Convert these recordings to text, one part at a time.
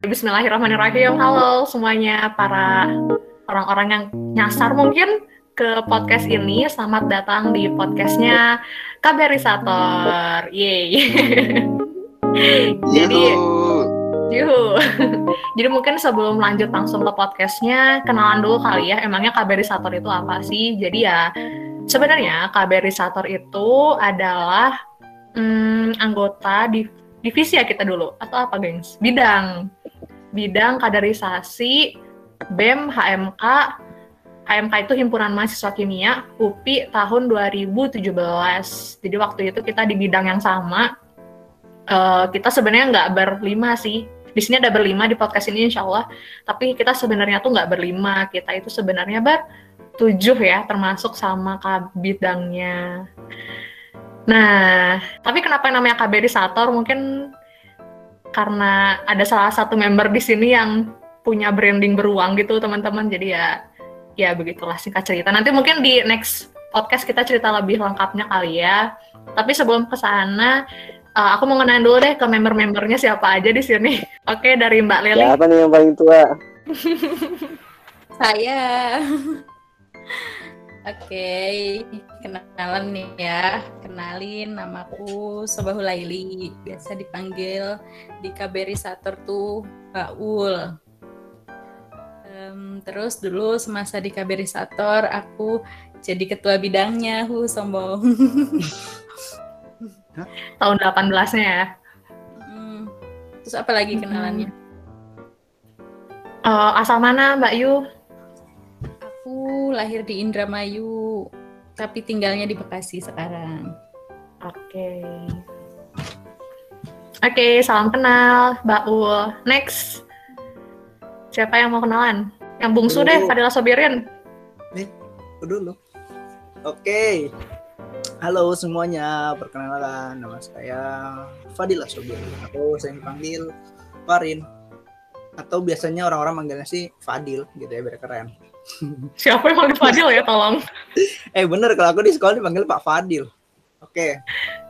Bismillahirrahmanirrahim. Halo semuanya para orang-orang yang nyasar mungkin ke podcast ini. Selamat datang di podcastnya Kaberisator. Yeay. Jadi, yuhu. Jadi mungkin sebelum lanjut langsung ke podcastnya, kenalan dulu kali ya. Emangnya Kaberisator itu apa sih? Jadi ya, sebenarnya Kaberisator itu adalah anggota divisi ya kita dulu, atau apa gengs? Bidang kaderisasi BEM HMK. HMK itu Himpunan Mahasiswa Kimia UPI tahun 2017. Jadi waktu itu kita di bidang yang sama. Kita sebenarnya nggak berlima sih. Di sini ada berlima di podcast ini insya Allah. Tapi kita sebenarnya tuh nggak berlima. Kita itu sebenarnya bertujuh ya, termasuk sama bidangnya. Nah, tapi kenapa namanya Kaberisator? Mungkin karena ada salah satu member di sini yang punya branding beruang gitu teman-teman. Jadi ya begitulah singkat cerita. Nanti mungkin di next podcast kita cerita lebih lengkapnya kali ya. Tapi sebelum ke sana, aku mau ngenalin dulu deh ke member-membernya siapa aja di sini. Oke, dari Mbak Leli. Siapa nih yang paling tua? Saya. Oke, kenalan nih ya. Kenalin, namaku Sobahulaili. Biasa dipanggil di Kaberisator tuh Baul. Terus dulu semasa di Kaberisator aku jadi ketua bidangnya. Sombong. Tahun 18-nya ya. Terus apa lagi kenalannya? Asal mana Mbak Yu? Aku lahir di Indramayu, tapi tinggalnya di Bekasi sekarang. Oke, salam kenal Mbak Ul. Next, siapa yang mau kenalan? Yang bungsu deh, Fadila Sobirin. Nih, aku dulu. Oke. Halo semuanya, perkenalan, nama saya Fadila Sobirin. Aku sering dipanggil Farin. Atau biasanya orang-orang manggilnya sih Fadil gitu ya, biar keren. Siapa yang manggil Fadil ya, tolong? Bener, kalau aku di sekolah dipanggil Pak Fadil. Oke.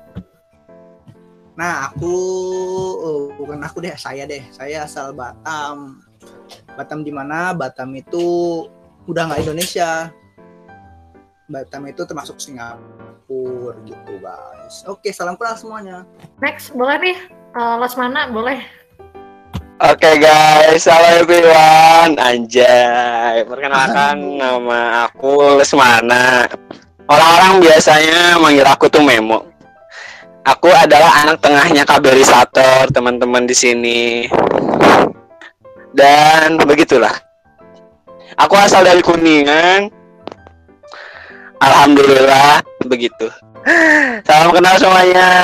Nah, bukan aku deh, saya deh. Saya asal Batam. Batam di mana? Batam itu udah nggak Indonesia. Batam itu termasuk Singapura gitu, guys. Oke, salam kenal semuanya. Next, boleh nih. Lesmana, boleh. Oke guys, halo everyone. Anjay, perkenalkan nama aku Lesmana. Orang-orang biasanya manggil aku tuh Memo. Aku adalah anak tengahnya Kaberisator, teman-teman di sini. Dan begitulah. Aku asal dari Kuningan. Alhamdulillah, begitu. Salam kenal semuanya.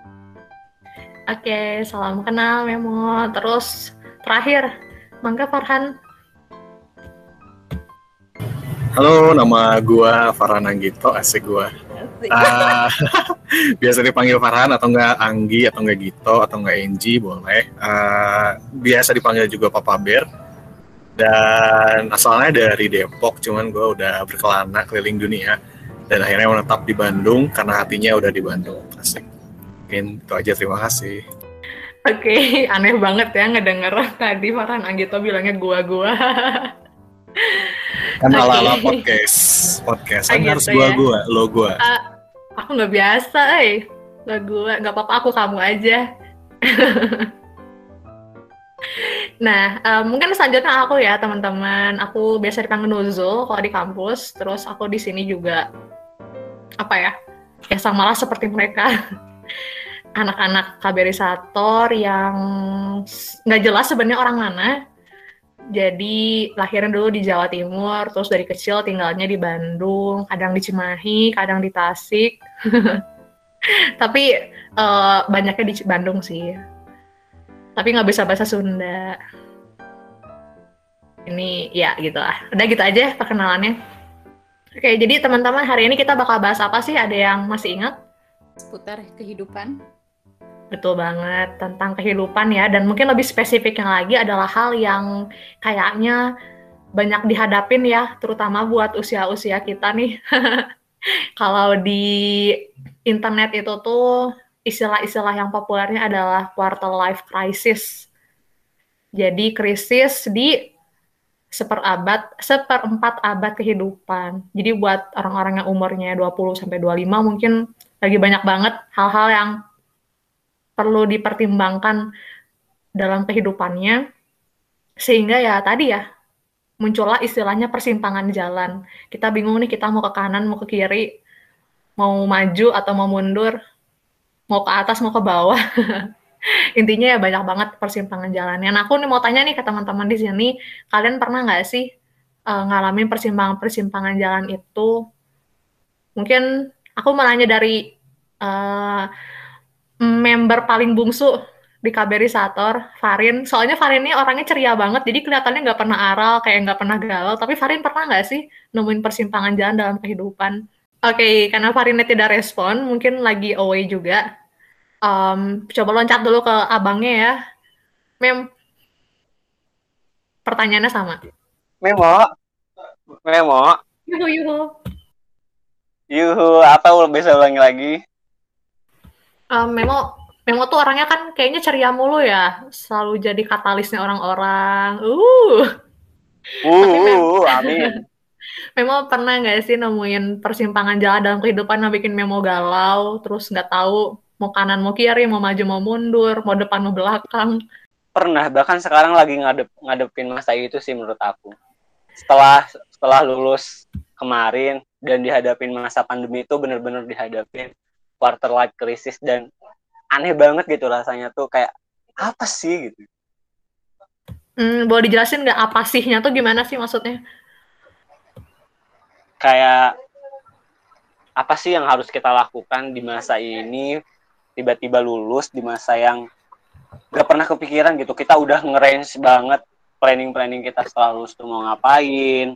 Oke, salam kenal Memo. Terus terakhir, Mangga Farhan. Halo, nama gua Farhan Anggito, asik gua. Biasa dipanggil Farhan atau enggak Anggi atau enggak Gito atau enggak Enji boleh. Biasa dipanggil juga Papa Bear. Dan asalnya dari Depok, cuman gua udah berkelana keliling dunia dan akhirnya menetap di Bandung karena hatinya udah di Bandung. Asik. Mungkin itu aja, terima kasih. Oke, aneh banget ya ngedenger tadi Farhan Anggito bilangnya gua. Kan ala-ala podcast kan harus gitu gua, lo gua. Aku nggak biasa, nggak apa-apa, aku kamu aja. Nah, mungkin selanjutnya aku ya teman-teman. Aku biasa dipanggil Nuzul kalau di kampus. Terus aku di sini juga ya samalah seperti mereka. Anak-anak Kaberisator yang nggak jelas sebenarnya orang mana. Jadi lahirnya dulu di Jawa Timur, terus dari kecil tinggalnya di Bandung, kadang di Cimahi, kadang di Tasik. Tapi banyaknya di Bandung sih. Tapi nggak bisa bahasa Sunda. Ini ya gitu lah. Udah gitu aja perkenalannya. Oke, jadi teman-teman hari ini kita bakal bahas apa sih? Ada yang masih ingat? Seputar kehidupan. Betul banget, tentang kehidupan ya. Dan mungkin lebih spesifiknya lagi adalah hal yang kayaknya banyak dihadapin ya, terutama buat usia-usia kita nih. Kalau di internet itu tuh istilah-istilah yang populernya adalah quarter life crisis. Jadi krisis di seperempat abad kehidupan. Jadi buat orang-orang yang umurnya 20 sampai 25 mungkin lagi banyak banget hal-hal yang perlu dipertimbangkan dalam kehidupannya. Sehingga ya tadi ya, muncullah istilahnya persimpangan jalan. Kita bingung nih, kita mau ke kanan, mau ke kiri, mau maju atau mau mundur, mau ke atas, mau ke bawah. Intinya ya banyak banget persimpangan jalannya. Nah, aku nih mau tanya nih ke teman-teman di sini, kalian pernah nggak sih ngalamin persimpangan-persimpangan jalan itu? Mungkin aku mau nanya dari uh, member paling bungsu di Kaberisator, Farin. Soalnya Farin ini orangnya ceria banget, jadi kelihatannya nggak pernah aral, kayak nggak pernah galau. Tapi Farin pernah nggak sih nemuin persimpangan jalan dalam kehidupan? Oke, karena Farinnya tidak respon, mungkin lagi away juga. Coba loncat dulu ke abangnya ya. Mem, pertanyaannya sama. Memo, Memo, Yuhu, yuhu. yuhu, apa bisa ulangi lagi? Memo, Memo tuh orangnya kan kayaknya ceria mulu ya. Selalu jadi katalisnya orang-orang. Tapi Amin. Memo pernah nggak sih nemuin persimpangan jalan dalam kehidupan yang bikin Memo galau, terus nggak tahu mau kanan mau kiri, mau maju mau mundur, mau depan mau belakang? Pernah, bahkan sekarang lagi ngadepin masa itu sih menurut aku. Setelah lulus kemarin dan dihadapin masa pandemi itu benar-benar dihadapin quarter life crisis dan aneh banget gitu rasanya tuh kayak apa sih gitu. Boleh dijelasin nggak apa sihnya tuh gimana sih maksudnya? Kayak apa sih yang harus kita lakukan di masa ini, tiba-tiba lulus di masa yang gak pernah kepikiran gitu. Kita udah nge-range banget planning kita setelah lulus tuh mau ngapain.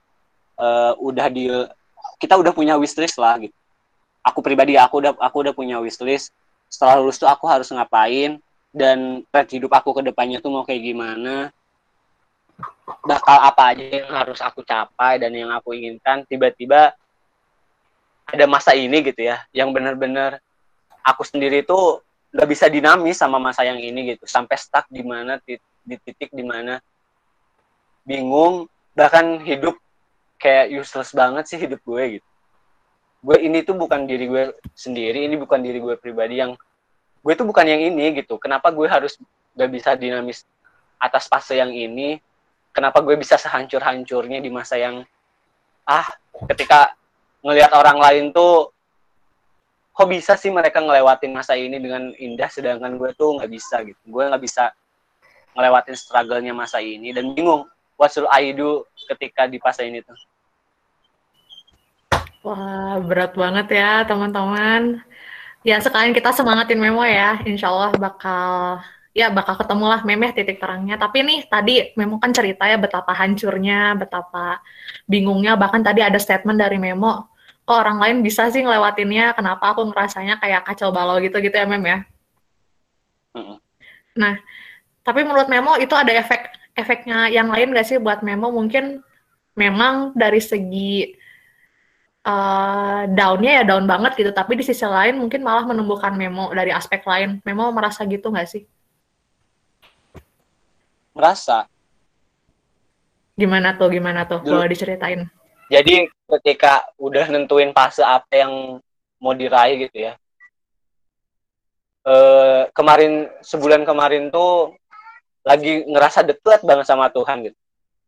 Kita udah punya wishlist lah gitu. Aku pribadi aku udah punya wishlist. Setelah lulus tuh aku harus ngapain dan plan hidup aku ke depannya tuh mau kayak gimana. Bakal apa aja yang harus aku capai dan yang aku inginkan. Tiba-tiba ada masa ini gitu ya, yang benar-benar aku sendiri tuh nggak bisa dinamis sama masa yang ini gitu, sampai stuck di mana di titik di mana bingung, bahkan hidup kayak useless banget sih hidup gue gitu. Gue ini tuh bukan diri gue sendiri, ini bukan diri gue pribadi, yang gue tuh bukan yang ini gitu. Kenapa gue harus nggak bisa dinamis atas fase yang ini? Kenapa gue bisa sehancur-hancurnya di masa yang ketika ngelihat orang lain tuh kok bisa sih mereka ngelewatin masa ini dengan indah, sedangkan gue tuh nggak bisa gitu. Gue nggak bisa ngelewatin struggle-nya masa ini dan bingung what should I do ketika di fase ini tuh. Wah, berat banget ya teman-teman. Ya sekalian kita semangatin Memo ya, insya Allah bakal ketemulah Memeh titik terangnya. Tapi nih tadi Memo kan cerita ya betapa hancurnya, betapa bingungnya, bahkan tadi ada statement dari Memo, kok orang lain bisa sih ngelewatinnya, kenapa aku ngerasanya kayak kacau balau gitu ya Mem ya. Nah, tapi menurut Memo itu ada efeknya yang lain nggak sih buat Memo? Mungkin memang dari segi down-nya ya down banget gitu, tapi di sisi lain mungkin malah menumbuhkan Memo dari aspek lain. Memo merasa gitu nggak sih? Merasa. Gimana tuh? Boleh diceritain. Jadi ketika udah nentuin fase apa yang mau diraih gitu ya, sebulan kemarin tuh lagi ngerasa dekat banget sama Tuhan gitu.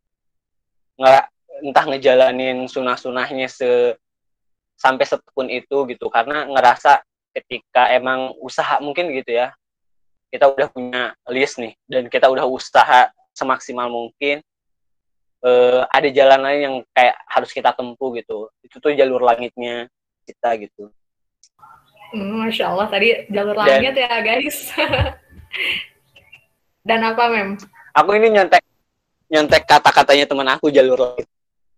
Entah ngejalanin sunah-sunahnya sampai setekun itu gitu, karena ngerasa ketika emang usaha mungkin gitu ya, kita udah punya list nih dan kita udah usaha semaksimal mungkin, ada jalan lain yang kayak harus kita tempuh gitu. Itu tuh jalur langitnya kita gitu. Masya Allah, tadi jalur langit ya guys. Dan apa Mem? Aku ini nyontek kata-katanya teman aku, jalur langit.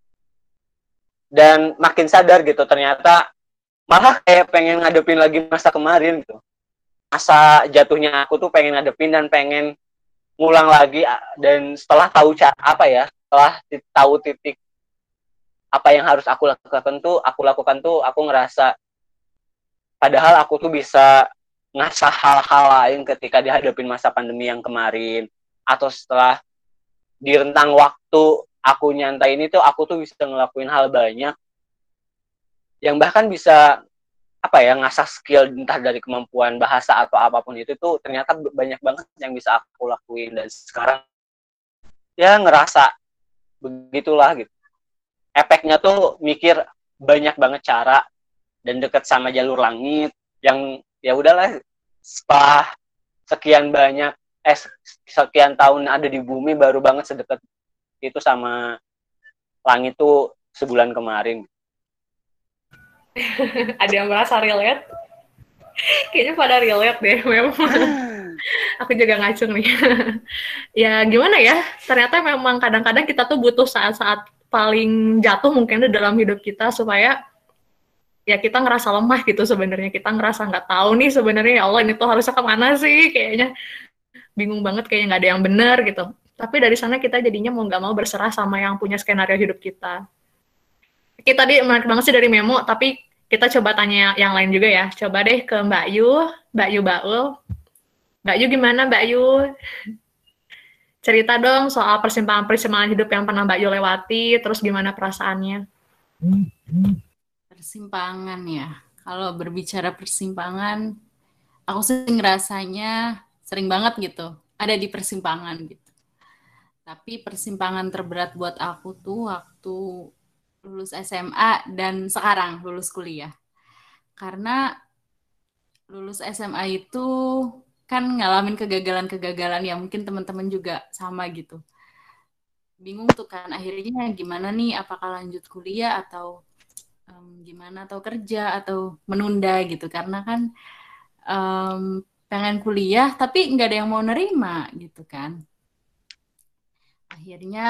Dan makin sadar gitu, ternyata malah kayak pengen ngadepin lagi masa kemarin gitu. Masa jatuhnya aku tuh pengen ngadepin dan pengen ngulang lagi, dan setelah tahu setelah tahu titik apa yang harus aku lakukan tuh aku ngerasa padahal aku tuh bisa ngasah hal-hal lain ketika dihadapin masa pandemi yang kemarin. atau setelah di rentang waktu aku nyantai ini tuh aku tuh bisa ngelakuin hal banyak yang bahkan bisa apa ya, ngasah skill entah dari kemampuan bahasa atau apapun itu tuh ternyata banyak banget yang bisa aku lakuin. Dan sekarang ya ngerasa begitulah gitu. Efeknya tuh mikir banyak banget cara dan deket sama jalur langit yang ya udahlah, setelah sekian banyak sekian tahun ada di bumi baru banget sedekat itu sama langit tuh sebulan kemarin. Ada yang merasa relate? Kayaknya pada relate deh memang. Aku juga ngacung nih. Ya gimana ya, ternyata memang kadang-kadang kita tuh butuh saat-saat paling jatuh mungkin di dalam hidup kita supaya ya kita ngerasa lemah gitu sebenarnya. Kita ngerasa nggak tahu nih sebenarnya, ya Allah ini tuh harusnya kemana sih, kayaknya bingung banget, kayaknya nggak ada yang benar gitu. Tapi dari sana kita jadinya mau nggak mau berserah sama yang punya skenario hidup kita. Kita tadi menarik banget sih dari Memo, tapi kita coba tanya yang lain juga ya. Coba deh ke Mbak Yu Baul. Mbak Yu gimana Mbak Yu? Cerita dong soal persimpangan-persimpangan hidup yang pernah Mbak Yu lewati, terus gimana perasaannya? Persimpangan ya. Kalau berbicara persimpangan, aku sih ngerasanya sering banget gitu, ada di persimpangan gitu. Tapi persimpangan terberat buat aku tuh waktu lulus SMA dan sekarang lulus kuliah. Karena lulus SMA itu kan ngalamin kegagalan-kegagalan yang mungkin teman-teman juga sama gitu. Bingung tuh kan akhirnya gimana nih, apakah lanjut kuliah atau gimana, atau kerja atau menunda gitu. Karena kan pengen kuliah tapi nggak ada yang mau nerima gitu kan. Akhirnya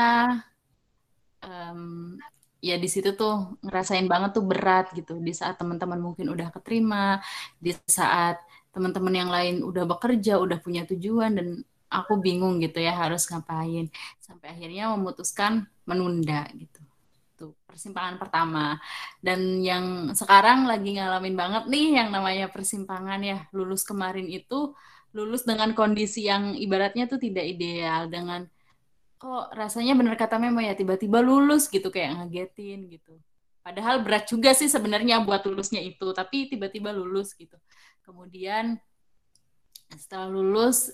ya di situ tuh ngerasain banget tuh berat gitu, di saat teman-teman mungkin udah keterima, di saat teman-teman yang lain udah bekerja, udah punya tujuan, dan aku bingung gitu ya harus ngapain, sampai akhirnya memutuskan menunda gitu. Tuh persimpangan pertama. Dan yang sekarang lagi ngalamin banget nih yang namanya persimpangan ya, lulus kemarin itu lulus dengan kondisi yang ibaratnya tuh tidak ideal, dengan kok rasanya bener kata Memo ya, tiba-tiba lulus gitu, kayak ngagetin gitu. Padahal berat juga sih sebenarnya buat lulusnya itu, tapi tiba-tiba lulus gitu. Kemudian setelah lulus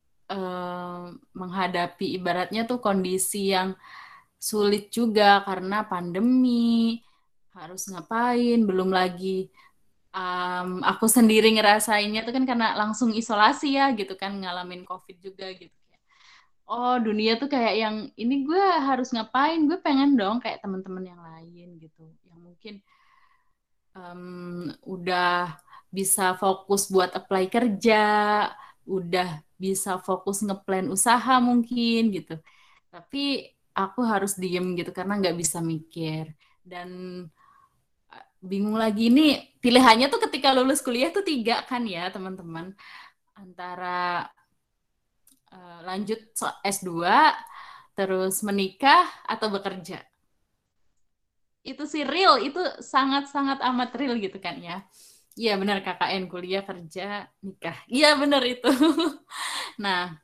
menghadapi ibaratnya tuh kondisi yang sulit juga karena pandemi, harus ngapain, belum lagi aku sendiri ngerasainnya tuh kan karena langsung isolasi ya gitu kan, ngalamin COVID juga gitu. Oh, dunia tuh kayak yang ini gue harus ngapain, gue pengen dong kayak teman-teman yang lain gitu, yang mungkin udah bisa fokus buat apply kerja, udah bisa fokus ngeplan usaha mungkin gitu. Tapi aku harus diem gitu karena nggak bisa mikir. Dan bingung lagi nih, pilihannya tuh ketika lulus kuliah tuh 3 kan ya teman-teman. Antara lanjut S2, terus menikah, atau bekerja. Itu sih real, itu sangat-sangat amat real gitu kan ya. Iya benar, KKN, kuliah, kerja, nikah. Iya benar itu. Nah,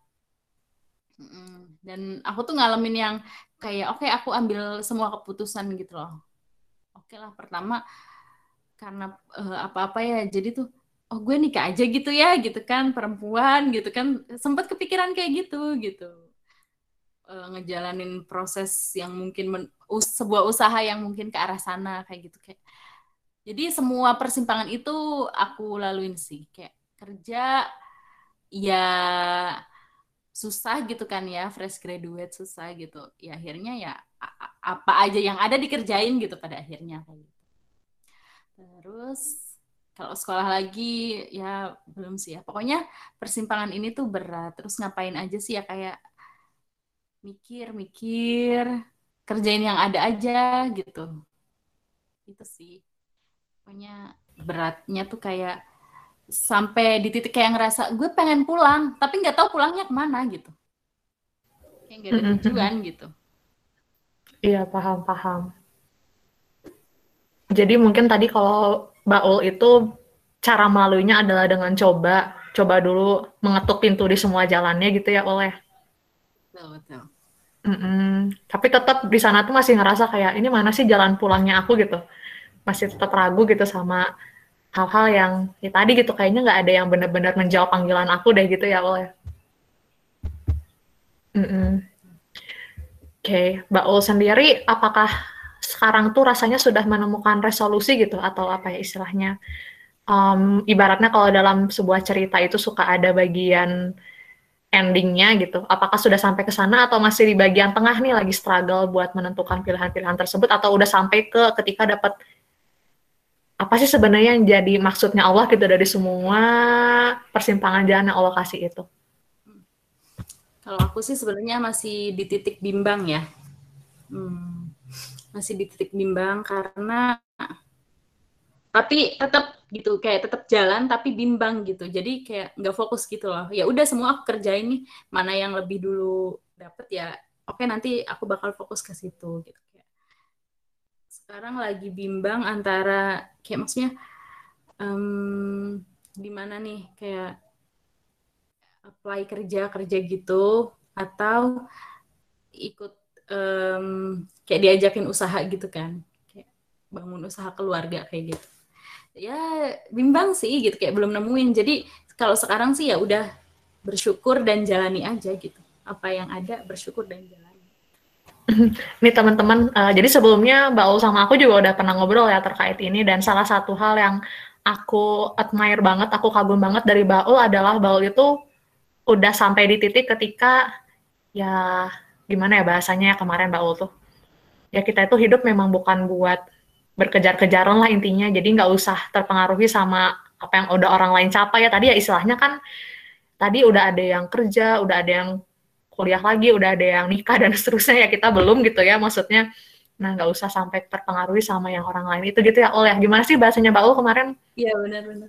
dan aku tuh ngalamin yang kayak oke, aku ambil semua keputusan gitu loh. Oke lah, pertama karena apa-apa ya, jadi tuh oh gue nikah aja gitu ya gitu kan, perempuan gitu kan, sempat kepikiran kayak gitu ngejalanin proses yang mungkin sebuah usaha yang mungkin ke arah sana kayak gitu, kayak jadi semua persimpangan itu aku laluin sih. Kayak kerja ya susah gitu kan ya, fresh graduate susah gitu ya, akhirnya ya apa aja yang ada dikerjain gitu pada akhirnya kayak gitu. Terus kalau sekolah lagi ya belum sih ya. Pokoknya persimpangan ini tuh berat. Terus ngapain aja sih ya, kayak mikir-mikir, kerjain yang ada aja gitu. Itu sih. Pokoknya beratnya tuh kayak sampai di titik kayak ngerasa gue pengen pulang, tapi nggak tahu pulangnya kemana gitu. Kayak nggak ada tujuan gitu. Iya, paham. Jadi mungkin tadi kalau Baul itu cara melaluinya adalah dengan coba dulu mengetuk pintu di semua jalannya gitu ya, oleh. Betul. Tapi tetap di sana tuh masih ngerasa kayak ini mana sih jalan pulangnya aku gitu. Masih tetap ragu gitu sama hal-hal yang ya tadi gitu kayaknya nggak ada yang benar-benar menjawab panggilan aku deh gitu ya Ul ya. Oke, Mbak Ul sendiri apakah sekarang tuh rasanya sudah menemukan resolusi gitu atau apa ya istilahnya? Ibaratnya kalau dalam sebuah cerita itu suka ada bagian endingnya gitu. Apakah sudah sampai ke sana atau masih di bagian tengah nih lagi struggle buat menentukan pilihan-pilihan tersebut atau udah sampai ke ketika dapat apa sih sebenarnya yang jadi maksudnya Allah gitu dari semua persimpangan jalan yang Allah kasih itu? Kalau aku sih sebenarnya masih di titik bimbang ya. Masih di titik bimbang karena tapi tetap gitu kayak tetap jalan tapi bimbang gitu. Jadi kayak nggak fokus gitu loh. Ya udah semua aku kerjain nih, mana yang lebih dulu dapet ya. Oke, nanti aku bakal fokus ke situ gitu. Sekarang lagi bimbang antara kayak maksudnya di mana nih kayak apply kerja gitu atau ikut kayak diajakin usaha gitu kan, kayak bangun usaha keluarga kayak gitu. Ya bimbang sih gitu, kayak belum nemuin. Jadi kalau sekarang sih ya udah bersyukur dan jalani aja gitu. Apa yang ada bersyukur dan jalani. Nih teman-teman, jadi sebelumnya Mbak Ul sama aku juga udah pernah ngobrol ya terkait ini, dan salah satu hal yang aku admire banget, aku kagum banget dari Mbak Ul adalah Mbak Ul itu udah sampai di titik ketika ya gimana ya bahasanya ya kemarin Mbak Ul tuh, ya kita itu hidup memang bukan buat berkejar-kejaran lah intinya, jadi nggak usah terpengaruhi sama apa yang udah orang lain capai ya. Tadi ya istilahnya kan, tadi udah ada yang kerja, udah ada yang kuliah lagi, udah ada yang nikah dan seterusnya, ya kita belum gitu ya maksudnya. Nah nggak usah sampai terpengaruhi sama yang orang lain itu gitu ya Ul ya. Gimana sih bahasanya Mbak Ul kemarin? Iya benar-benar.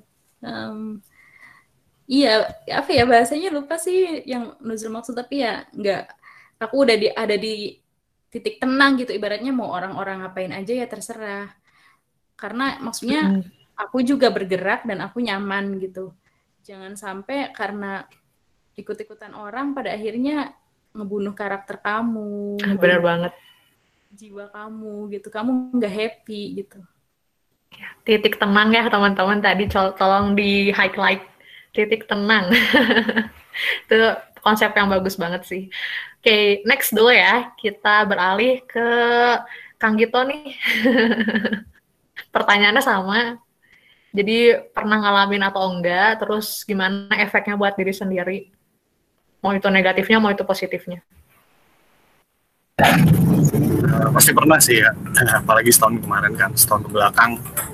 Iya, apa ya bahasanya lupa sih yang Nuzul maksud, tapi ya nggak, aku udah ada di titik tenang gitu, ibaratnya mau orang-orang ngapain aja ya terserah. Karena maksudnya aku juga bergerak dan aku nyaman gitu. Jangan sampai karena ikut-ikutan orang pada akhirnya ngebunuh karakter kamu. Benar banget. Jiwa kamu gitu, kamu nggak happy gitu. Titik tenang ya teman-teman, tadi tolong di highlight titik tenang. Itu konsep yang bagus banget sih. Oke, next dulu ya. Kita beralih ke Kang Gito nih. Pertanyaannya sama. Jadi pernah ngalamin atau enggak, terus gimana efeknya buat diri sendiri? Mau itu negatifnya, mau itu positifnya. Pasti pernah sih ya, apalagi setahun kemarin kan, setahun kebelakang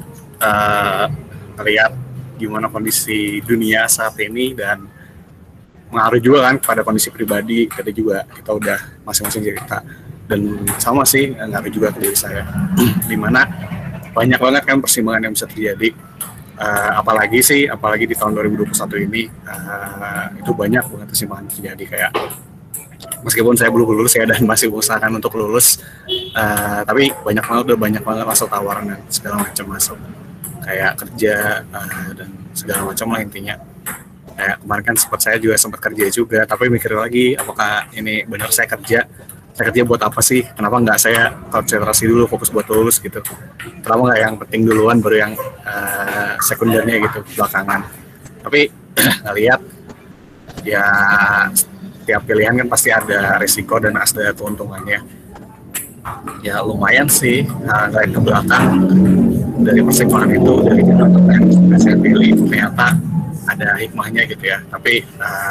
lihat gimana kondisi dunia saat ini dan mengaruh juga kan pada kondisi pribadi. Kita juga kita udah masing-masing cerita dan sama sih ngaruh juga ke diri saya, dimana banyak banget kan persimpangan yang bisa terjadi, apalagi di tahun 2021 ini itu banyak banget persimpangan terjadi. Kayak meskipun saya belum lulus ya dan masih usahakan untuk lulus, tapi udah banyak banget masuk tawaran dan segala macam masuk, kayak kerja dan segala macam lah intinya. Kayak kemarin kan saya juga sempat kerja juga, tapi mikir lagi apakah ini benar saya kerja buat apa sih, kenapa nggak saya konsentrasi dulu fokus buat lulus gitu, kenapa nggak yang penting duluan baru yang sekundernya gitu belakangan. Tapi ngelihat ya tiap pilihan kan pasti ada risiko dan ada keuntungannya. Ya lumayan sih ngelihat ke belakang dari persimpangan itu, dari keuntungan yang sudah saya pilih ternyata ada hikmahnya gitu ya. Tapi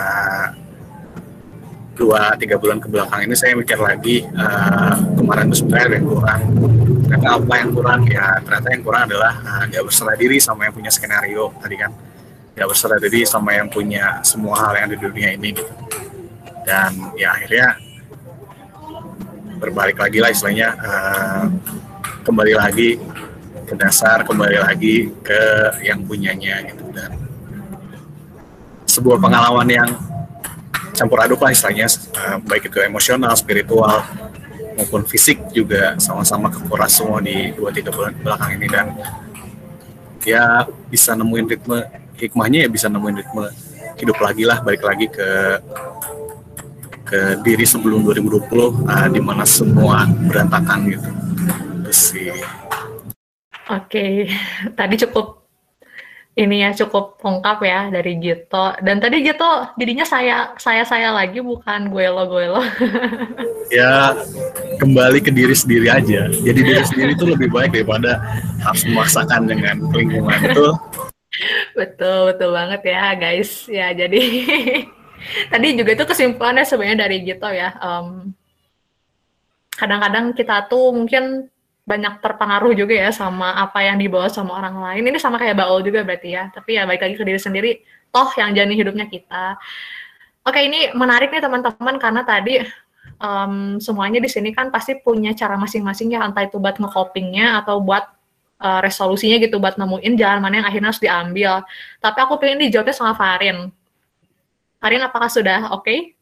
2-3 bulan ke belakang ini saya mikir lagi, kemarin itu sebenarnya ada yang kurang. Ternyata apa yang kurang? Ya ternyata yang kurang adalah nggak berserah diri sama yang punya skenario tadi kan, nggak berserah diri sama yang punya semua hal yang ada di dunia ini gitu. Dan ya akhirnya berbalik lagi lah istilahnya, kembali lagi ke dasar, kembali lagi ke yang punyanya gitu. Dan sebuah pengalaman yang campur aduk lah istilahnya, baik itu emosional, spiritual maupun fisik juga sama-sama kekuras semua di 2-3 bulan belakang ini. Dan ya bisa nemuin ritme hikmahnya, ya bisa nemuin ritme hidup lagi lah, balik lagi ke ke diri sebelum 2020 di mana semua berantakan gitu. Terus sih. Oke, tadi cukup ini ya, cukup lengkap ya dari Gito. Dan tadi Gito jadinya saya lagi, bukan gue lo. Ya kembali ke diri sendiri aja. Jadi diri sendiri itu lebih baik daripada harus memaksakan dengan lingkungan itu. Betul banget ya guys. Ya jadi tadi juga itu kesimpulannya sebenarnya dari Gito ya. Kadang-kadang kita tuh mungkin banyak terpengaruh juga ya sama apa yang dibawa sama orang lain. Ini sama kayak Baul juga berarti ya. Tapi ya balik lagi ke diri sendiri, toh yang jalani hidupnya kita. Oke, ini menarik nih teman-teman karena tadi semuanya di sini kan pasti punya cara masing-masing ya, entah itu buat nge-copingnya atau buat resolusinya gitu, buat nemuin jalan mana yang akhirnya harus diambil. Tapi aku pengen dijawabnya sama Farin. Farin, apakah sudah oke?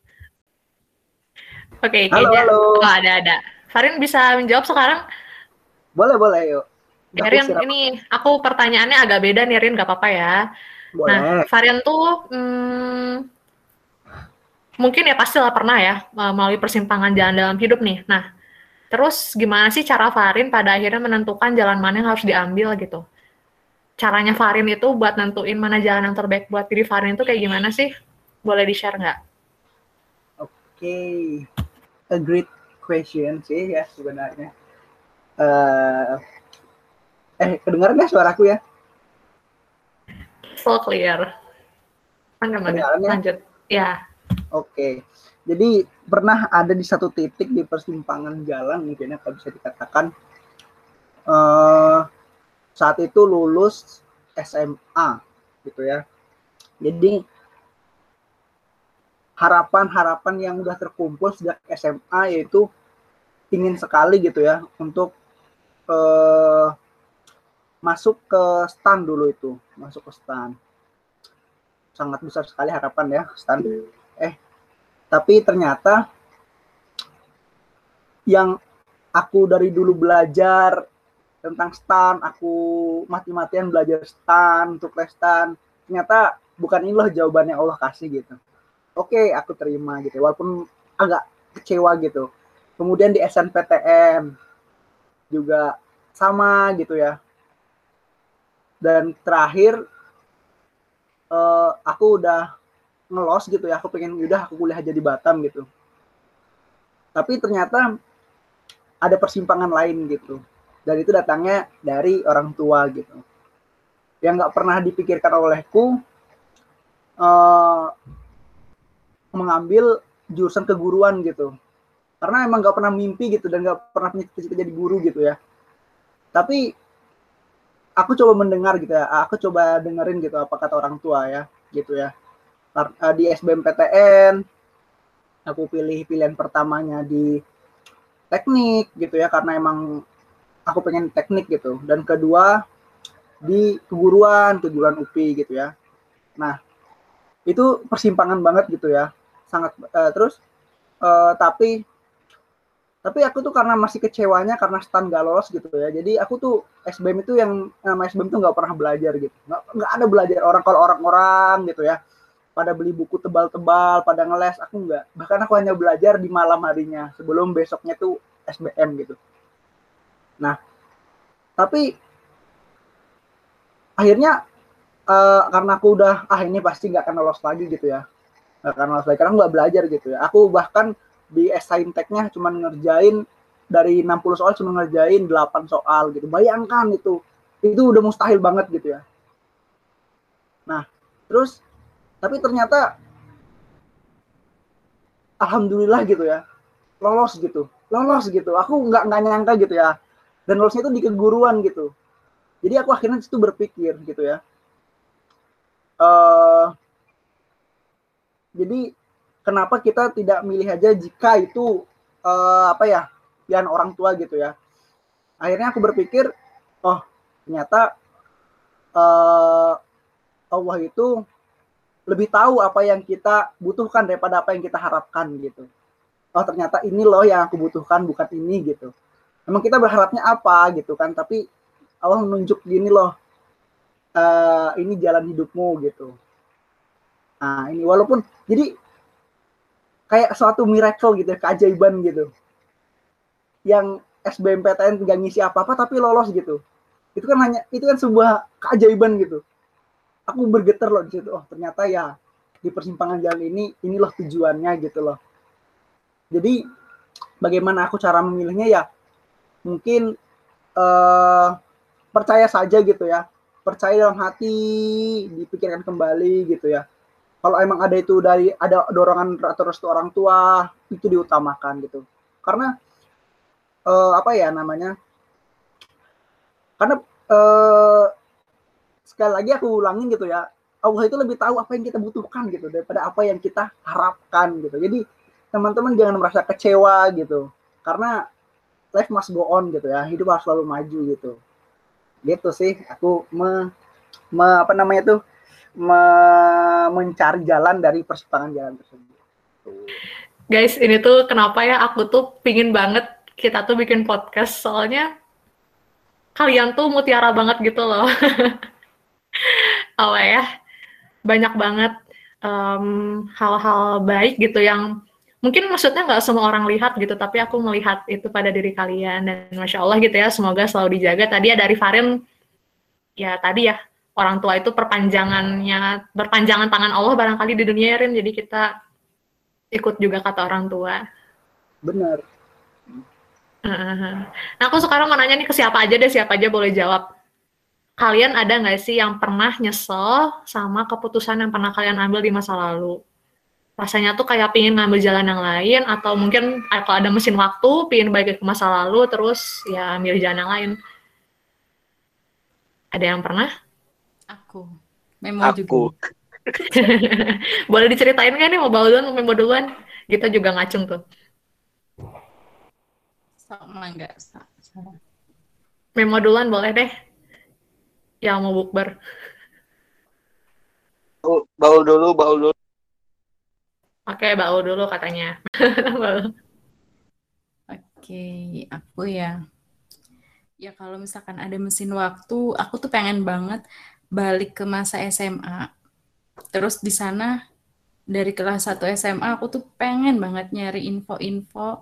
Oke, kayaknya. Halo. Oh, ada. Farin bisa menjawab sekarang? Boleh, yuk. Rin, ini aku pertanyaannya agak beda nih, Rin, nggak apa-apa ya. Boleh. Nah, Farin tuh mungkin ya pastilah pernah ya melalui persimpangan jalan dalam hidup nih. Nah, terus gimana sih cara Farin pada akhirnya menentukan jalan mana yang harus diambil gitu? Caranya Farin itu buat nentuin mana jalan yang terbaik buat diri Farin itu kayak gimana sih? Boleh di-share nggak? Oke, a great question sih ya sebenarnya. Kedengaran nggak suaraku ya? So clear. Lanjut. Ya. Oke. Jadi pernah ada di satu titik di persimpangan jalan mungkin ya kalau bisa dikatakan. Saat itu lulus SMA gitu ya. Jadi harapan-harapan yang udah terkumpul sejak SMA yaitu ingin sekali gitu ya untuk masuk ke STAN dulu itu, masuk ke STAN. Sangat besar sekali harapan ya, STAN. Tapi ternyata yang aku dari dulu belajar tentang STAN, aku mati-matian belajar STAN untuk tes STAN, ternyata bukan ini loh jawabannya Allah kasih gitu. Oke, aku terima gitu, walaupun agak kecewa gitu. Kemudian di SNPTN juga sama gitu ya. Dan terakhir aku udah ngelos gitu ya, aku pengen udah aku kuliah aja di Batam gitu. Tapi ternyata ada persimpangan lain gitu. Dan itu datangnya dari orang tua gitu. Yang nggak pernah dipikirkan olehku mengambil jurusan keguruan gitu. Karena emang nggak pernah mimpi gitu dan nggak pernah punya cita-cita jadi guru gitu ya. Tapi aku coba mendengar gitu ya, aku coba dengerin gitu apa kata orang tua ya, gitu ya. Di SBMPTN, aku pilih pilihan pertamanya di teknik gitu ya, karena emang aku pengen teknik gitu. Dan kedua di keguruan UPI gitu ya. Nah, itu persimpangan banget gitu ya, sangat tapi aku tuh karena masih kecewanya karena STAN gak lolos gitu ya. Jadi aku tuh SBM itu yang nama SBM tuh nggak pernah belajar gitu. Nggak ada belajar kalau orang-orang gitu ya. Pada beli buku tebal-tebal, pada ngeles, aku nggak. Bahkan aku hanya belajar di malam harinya sebelum besoknya tuh SBM gitu. Nah, tapi akhirnya karena aku udah ini pasti nggak akan lolos lagi gitu ya. Nggak akan lolos lagi karena nggak belajar gitu ya. Aku bahkan di sainteknya cuma ngerjain dari 60 soal cuma ngerjain 8 soal gitu. Bayangkan itu udah mustahil banget gitu ya. Nah, terus tapi ternyata alhamdulillah gitu ya. Lolos gitu. Aku nggak nyangka gitu ya. Dan lolosnya itu di keguruan gitu. Jadi aku akhirnya itu berpikir gitu ya. Jadi kenapa kita tidak milih aja jika itu pilihan orang tua gitu ya. Akhirnya aku berpikir, oh ternyata Allah itu lebih tahu apa yang kita butuhkan daripada apa yang kita harapkan gitu. Oh ternyata ini loh yang aku butuhkan, bukan ini gitu. Emang kita berharapnya apa gitu kan, tapi Allah menunjuk gini loh, ini jalan hidupmu gitu. Nah ini walaupun jadi kayak suatu miracle gitu, keajaiban gitu. Yang SBMPTN nggak ngisi apa-apa tapi lolos gitu. Itu kan sebuah keajaiban gitu. Aku bergetar loh di situ. Oh, ternyata ya di persimpangan jalan inilah tujuannya gitu loh. Jadi bagaimana aku cara memilihnya ya? Mungkin percaya saja gitu ya. Percaya dalam hati, dipikirkan kembali gitu ya. Kalau emang ada dorongan atau restu orang tua, itu diutamakan gitu. Karena karena sekali lagi aku ulangin gitu ya, Allah itu lebih tahu apa yang kita butuhkan gitu daripada apa yang kita harapkan gitu. Jadi teman-teman jangan merasa kecewa gitu, karena life must go on gitu ya, hidup harus selalu maju gitu. Gitu sih aku mencari jalan dari persimpangan jalan tersebut. Guys, ini tuh kenapa ya aku tuh pingin banget kita tuh bikin podcast, soalnya kalian tuh mutiara banget gitu loh. Apa ya, banyak banget hal-hal baik gitu yang mungkin maksudnya nggak semua orang lihat gitu, tapi aku melihat itu pada diri kalian, dan Masya Allah gitu ya, semoga selalu dijaga. Tadi ya dari Farin, ya tadi ya, orang tua itu berpanjangan tangan Allah barangkali di dunia ya, Rin, jadi kita ikut juga kata orang tua. Benar. Nah, aku sekarang mau nanya nih ke siapa aja boleh jawab. Kalian ada nggak sih yang pernah nyesel sama keputusan yang pernah kalian ambil di masa lalu? Rasanya tuh kayak pingin ngambil jalan yang lain, atau mungkin kalau ada mesin waktu, pingin balik ke masa lalu, terus ya ambil jalan yang lain. Ada yang pernah? Aku. Memo juga. Boleh diceritain nggak nih, mau bawa duluan, mau memo duluan? Kita juga ngacung tuh. Sama enggak? Memo duluan boleh deh. Yang mau bukber. Baul dulu. Oke, baul dulu katanya. Oke, aku ya. Ya kalau misalkan ada mesin waktu, aku tuh pengen banget balik ke masa SMA. Terus di sana dari kelas 1 SMA aku tuh pengen banget nyari info-info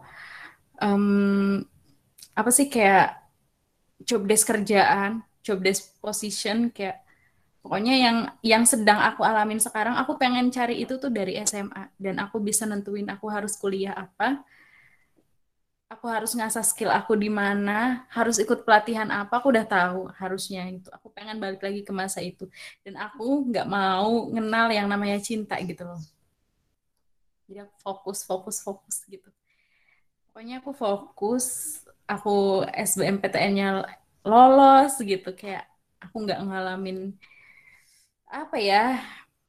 apa sih, kayak job desk kerjaan, job desk position, kayak pokoknya yang sedang aku alamin sekarang, aku pengen cari itu tuh dari SMA, dan aku bisa nentuin aku harus kuliah apa, aku harus ngasah skill aku di mana, harus ikut pelatihan apa, aku udah tahu harusnya itu. Aku pengen balik lagi ke masa itu, dan aku nggak mau ngenal yang namanya cinta gitu loh. Jadi aku fokus gitu. Pokoknya aku fokus, aku SBMPTN-nya lolos gitu, kayak aku nggak ngalamin apa ya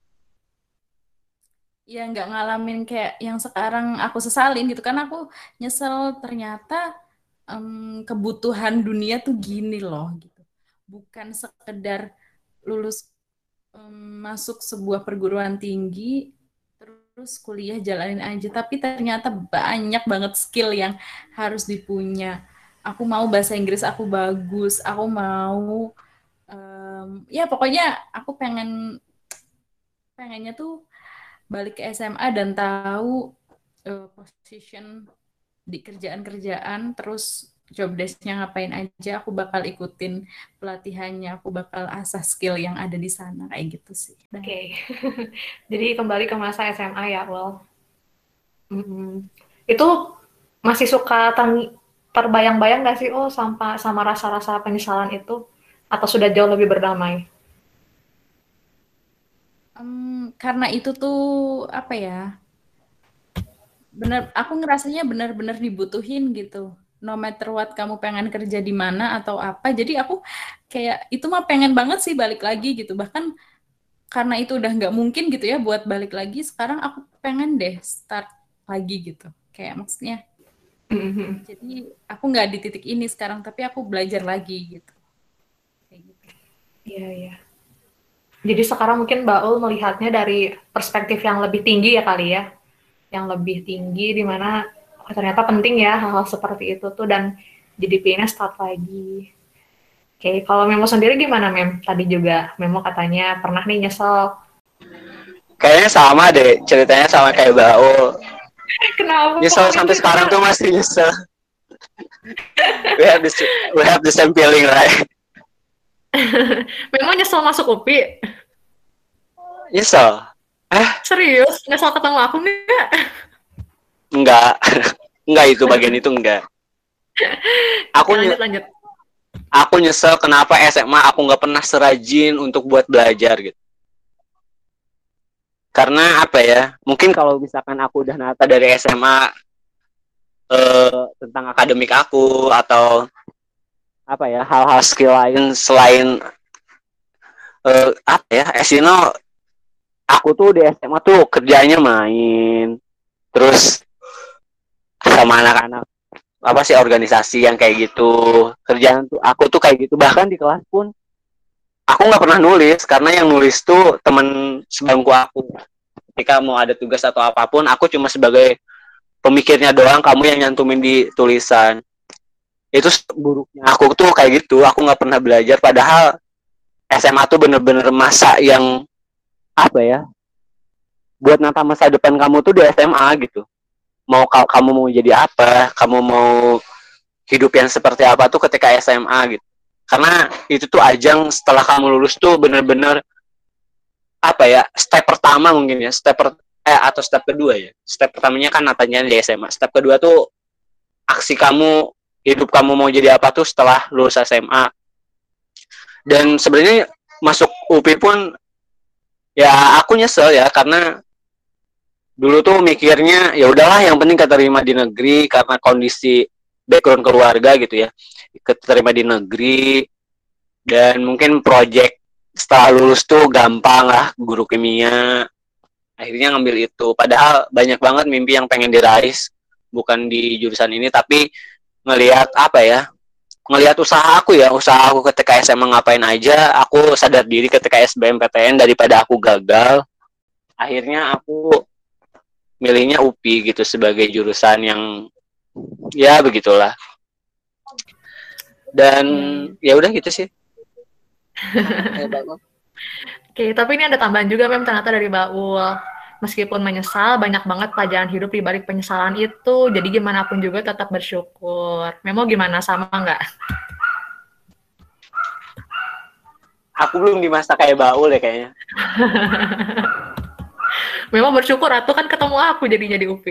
nggak ngalamin kayak yang sekarang aku sesalin gitu kan. Aku nyesel ternyata kebutuhan dunia tuh gini loh gitu, bukan sekedar lulus masuk sebuah perguruan tinggi terus kuliah jalanin aja, tapi ternyata banyak banget skill yang harus dipunya. Aku mau bahasa Inggris aku bagus, aku mau ya pokoknya aku pengennya tuh balik ke SMA dan tahu position di kerjaan-kerjaan, terus job desk-nya ngapain aja, aku bakal ikutin pelatihannya, aku bakal asah skill yang ada di sana, kayak gitu sih. Oke. Jadi kembali ke masa SMA ya, Well. Itu masih suka terbayang-bayang nggak sih, sama rasa-rasa penyesalan itu, atau sudah jauh lebih berdamai? Karena itu tuh apa ya, aku ngerasanya benar-benar dibutuhin gitu. No matter what kamu pengen kerja di mana atau apa, jadi aku kayak itu mah pengen banget sih balik lagi gitu. Bahkan karena itu udah nggak mungkin gitu ya buat balik lagi, sekarang aku pengen deh start lagi gitu. Kayak maksudnya, jadi aku nggak di titik ini sekarang, tapi aku belajar lagi gitu. Kayak gitu. Iya. Jadi sekarang mungkin Mbak Ul melihatnya dari perspektif yang lebih tinggi ya kali ya, yang lebih tinggi, di mana ternyata penting ya hal-hal seperti itu tuh, dan jadi pengennya start lagi. Oke, kalau Memo sendiri gimana, Mem? Tadi juga Memo katanya pernah nih nyesel. Kayaknya sama deh, ceritanya sama kayak Baul. Kenapa? Nyesel sampai sekarang tuh masih nyesel. We have the same feeling, right? Memang nyesel masuk UPI? Nyesel. Serius? Nyesel ketemu aku nggak? Enggak. Enggak, itu bagian itu enggak. Lanjut. Aku nyesel kenapa SMA aku nggak pernah serajin untuk buat belajar gitu. Karena apa ya? Mungkin kalau misalkan aku udah nata dari SMA tentang akademik aku atau apa ya, hal-hal skill lain selain apa ya, aku tuh di SMA tuh kerjanya main, terus sama anak-anak apa sih organisasi yang kayak gitu, kerjaan tuh aku tuh kayak gitu. Bahkan di kelas pun aku nggak pernah nulis, karena yang nulis tuh temen sebangku aku. Ketika mau ada tugas atau apapun, aku cuma sebagai pemikirnya doang, kamu yang nyantumin di tulisan. Itu buruknya aku tuh kayak gitu, aku nggak pernah belajar. Padahal SMA tuh bener-bener masa yang apa ya, buat nata masa depan kamu tuh di SMA gitu. Kamu mau jadi apa, kamu mau hidup yang seperti apa tuh ketika SMA gitu. Karena itu tuh ajang setelah kamu lulus tuh bener-bener apa ya, step pertama mungkin ya, atau step kedua ya. Step pertamanya kan natanya di SMA. Step kedua tuh aksi kamu, hidup kamu mau jadi apa tuh setelah lulus SMA. Dan sebenarnya masuk UPI pun ya aku nyesel ya, karena dulu tuh mikirnya ya udahlah yang penting keterima di negeri, karena kondisi background keluarga gitu ya. Keterima di negeri dan mungkin project setelah lulus tuh gampang lah, guru kimia. Akhirnya ngambil itu. Padahal banyak banget mimpi yang pengen diraih, bukan di jurusan ini, tapi ngelihat apa ya, ngelihat usaha aku ketika SMA ngapain aja. Aku sadar diri ketika SBMPTN daripada aku gagal. Akhirnya aku milihnya UPI gitu sebagai jurusan yang ya begitulah. Dan ya udah gitu sih. Oke, tapi ini ada tambahan juga Mem, ternyata dari Baul. Meskipun menyesal, banyak banget pelajaran hidup di balik penyesalan itu. Jadi gimana pun juga tetap bersyukur. Memo gimana, sama nggak? Aku belum di masa kayak Baul ya kayaknya. Memo bersyukur, atau kan ketemu aku jadinya di UPI.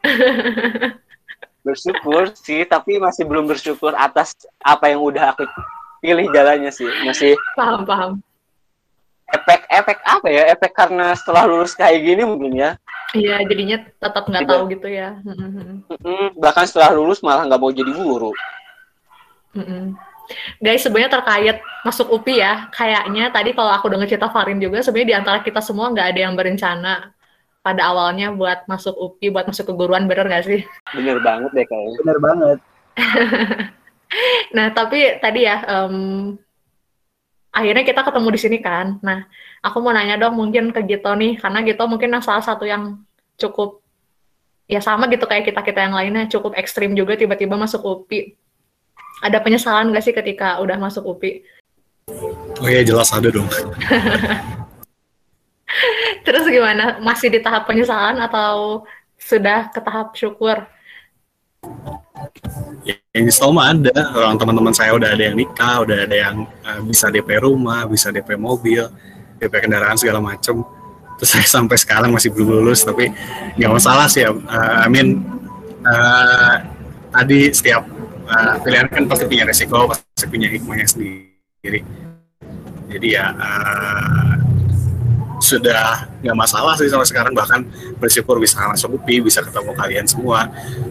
Bersyukur sih, tapi masih belum bersyukur atas apa yang udah aku pilih jalannya sih. Masih Paham. efek apa ya, efek karena setelah lulus kayak gini mungkin ya. Iya, jadinya tetap nggak tahu gitu ya. Bahkan setelah lulus malah nggak mau jadi guru. Guys, sebenarnya terkait masuk UPI ya, kayaknya tadi kalau aku dengar cerita Farin juga, sebenarnya di antara kita semua nggak ada yang berencana pada awalnya buat masuk UPI, buat masuk keguruan, bener nggak sih? Bener banget deh kayaknya. Bener banget. Nah, tapi tadi ya, akhirnya kita ketemu di sini kan. Nah, aku mau nanya dong mungkin ke Gito nih, karena Gito mungkin salah satu yang cukup, ya sama gitu kayak kita-kita yang lainnya, cukup ekstrim juga tiba-tiba masuk UPI. Ada penyesalan nggak sih ketika udah masuk UPI? Oh iya, jelas ada dong. Terus gimana? Masih di tahap penyesalan atau sudah ke tahap syukur? Ya, yang nyesel mah ada. Orang teman-teman saya udah ada yang nikah, udah ada yang bisa DP rumah, bisa DP mobil, DP kendaraan segala macem. Terus saya sampai sekarang masih belum lulus, tapi nggak masalah sih ya. Tadi setiap pilihan kan pasti punya resiko, pasti punya hikmahnya sendiri. Jadi ya sudah nggak masalah sih sampai sekarang, bahkan bersyukur bisa masuk UPI, bisa ketemu kalian semua,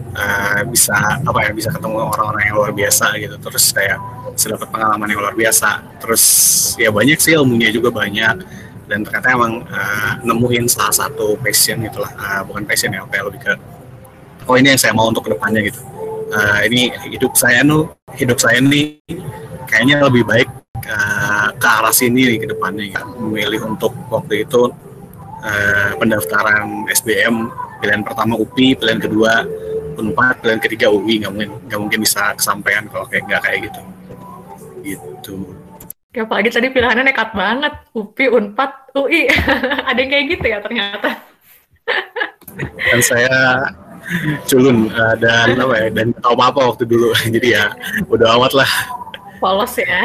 bisa ketemu orang-orang yang luar biasa gitu. Terus kayak bisa dapat pengalaman yang luar biasa. Terus ya banyak sih, ilmunya juga banyak, dan ternyata emang nemuin salah satu passion gitulah, bukan passion ya, kayak lebih ke ini yang saya mau untuk kedepannya gitu. Ini hidup saya nih kayaknya lebih baik ke arah sini nih ke depannya gitu. Memilih untuk waktu itu pendaftaran SBM, pilihan pertama UPI, pilihan kedua UNPAD, pilihan ketiga UI. Nggak mungkin bisa kesampaian kalau nggak kayak gitu. Ya, apalagi tadi pilihannya nekat banget, UPI, UNPAD, UI. Ada yang kayak gitu ya ternyata. Dan saya culun dan apa ya, dan tahu apa waktu dulu. Jadi ya udah amat lah. Polos ya.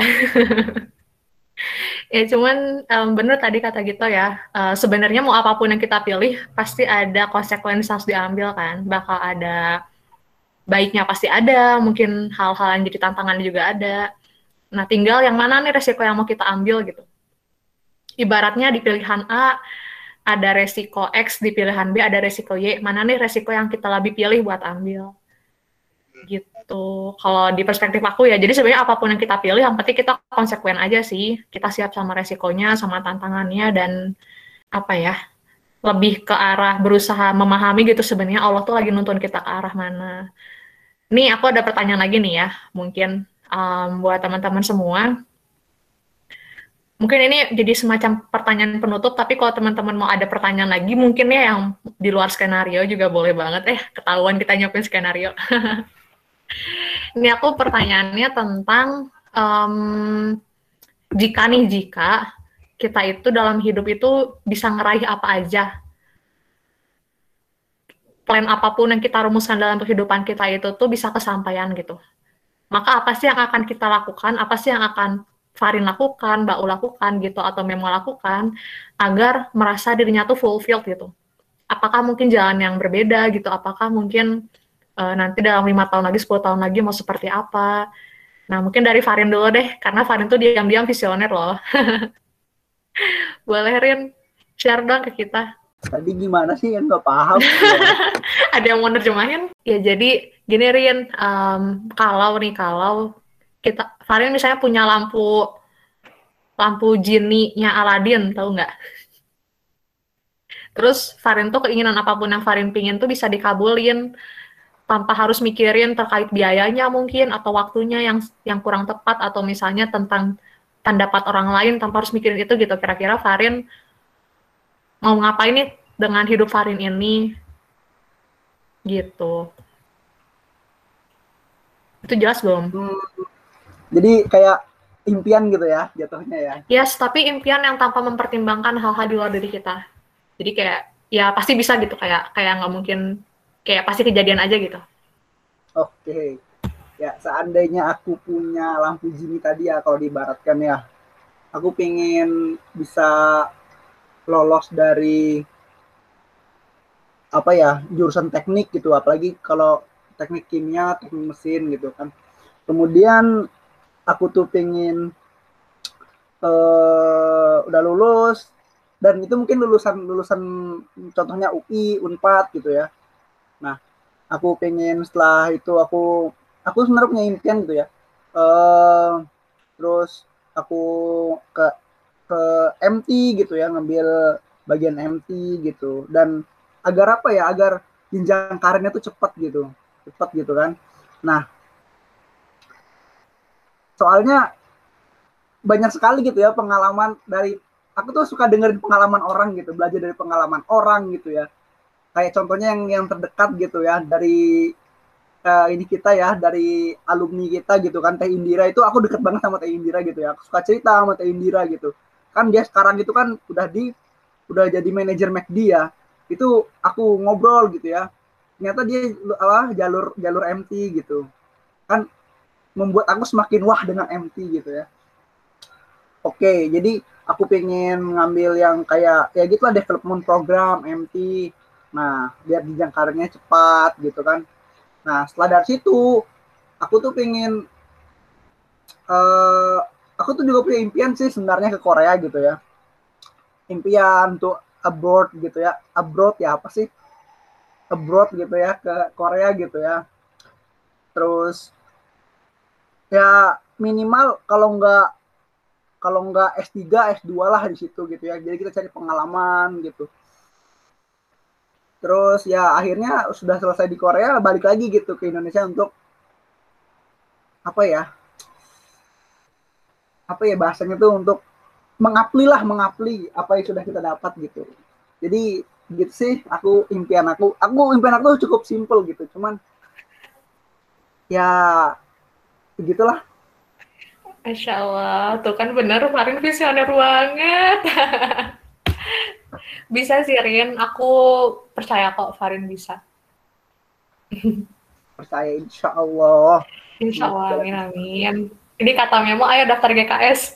Ya cuman bener tadi kata gitu ya, sebenarnya mau apapun yang kita pilih pasti ada konsekuensi harus diambil kan, bakal ada baiknya pasti ada, mungkin hal-hal yang jadi tantangan juga ada. Nah tinggal yang mana nih resiko yang mau kita ambil gitu. Ibaratnya di pilihan A ada resiko X, di pilihan B ada resiko Y, mana nih resiko yang kita lebih pilih buat ambil gitu. Kalau di perspektif aku ya, jadi sebenarnya apapun yang kita pilih, yang penting kita konsekuen aja sih. Kita siap sama resikonya, sama tantangannya, dan apa ya, lebih ke arah berusaha memahami gitu sebenarnya Allah tuh lagi nuntun kita ke arah mana. Nih aku ada pertanyaan lagi nih ya, mungkin buat teman-teman semua. Mungkin ini jadi semacam pertanyaan penutup, tapi kalau teman-teman mau ada pertanyaan lagi, mungkin ya yang di luar skenario juga boleh banget. Ketahuan kita nyiapin skenario. Ini aku pertanyaannya tentang jika kita itu dalam hidup itu bisa ngeraih apa aja, plan apapun yang kita rumuskan dalam kehidupan kita itu tuh bisa kesampaian gitu. Maka apa sih yang akan kita lakukan, apa sih yang akan Farin lakukan, Mbak U lakukan gitu, atau Memo lakukan, agar merasa dirinya tuh fulfilled gitu. Apakah mungkin jalan yang berbeda gitu, apakah mungkin nanti dalam 5 tahun lagi, 10 tahun lagi mau seperti apa. Nah, mungkin dari Farin dulu deh, karena Farin tuh diam-diam visioner loh. Boleh, Rin, share dong ke kita. Tadi gimana sih yang nggak paham? Ada yang mau nerjemahin? Ya, jadi gini, Rin, kalau kita, Farin misalnya punya lampu genie-nya Aladdin, tahu nggak? Terus Farin tuh keinginan apapun yang Farin pingin tuh bisa dikabulin, tanpa harus mikirin terkait biayanya mungkin, atau waktunya yang kurang tepat, atau misalnya tentang pendapat orang lain, tanpa harus mikirin itu gitu. Kira-kira Farin mau ngapain nih dengan hidup Farin ini? Gitu. Itu jelas belum? Jadi kayak impian gitu ya jatuhnya ya. Yes, tapi impian yang tanpa mempertimbangkan hal-hal di luar diri kita. Jadi kayak, ya pasti bisa gitu, kayak nggak mungkin, kayak pasti kejadian aja gitu. Oke. Ya, seandainya aku punya lampu genie tadi ya, kalau diibaratkan ya, aku pengen bisa lolos dari apa ya, jurusan teknik gitu, apalagi kalau teknik kimia, teknik mesin gitu kan. Kemudian aku tuh pengen udah lulus, dan itu mungkin lulusan contohnya UI, Unpad gitu ya. Nah, aku pengen setelah itu aku sebenarnya punya impian gitu ya. Terus aku ke MT gitu ya, ngambil bagian MT gitu, dan agar apa ya, agar jenjang karirnya tuh cepat gitu kan. Nah, soalnya banyak sekali gitu ya pengalaman dari, aku tuh suka dengerin pengalaman orang gitu, belajar dari pengalaman orang gitu ya. Kayak contohnya yang terdekat gitu ya, dari ini kita ya, dari alumni kita gitu kan, Teh Indira itu, aku deket banget sama Teh Indira gitu ya. Aku suka cerita sama Teh Indira gitu. Kan dia sekarang itu kan udah jadi manajer McD ya. Itu aku ngobrol gitu ya. Ternyata dia jalur MT gitu. Kan membuat aku semakin wah dengan MT gitu ya. Oke, jadi aku pengen ngambil yang kayak ya gitulah, development program MT. Nah, biar jenjang karirnya cepat gitu kan. Nah, setelah dari situ aku tuh pengen aku tuh juga punya impian sih sebenarnya ke Korea gitu ya. Impian tuh abroad gitu ya. Abroad ya apa sih? Abroad gitu ya, ke Korea gitu ya. Terus ya minimal kalau nggak S3, S2 lah di situ gitu ya. Jadi kita cari pengalaman gitu. Terus ya akhirnya sudah selesai di Korea, balik lagi gitu ke Indonesia untuk apa ya bahasanya tuh, untuk mengapli apa yang sudah kita dapat gitu. Jadi gitu sih, impian aku cukup simple gitu, cuman ya begitulah. Masya Allah, tuh kan bener, Farin visioner banget. Bisa sih, Rin. Aku percaya kok Farin bisa. Percaya insya Allah. Insya Allah, amin, amin. Ini kata Memo, ayo daftar GKS.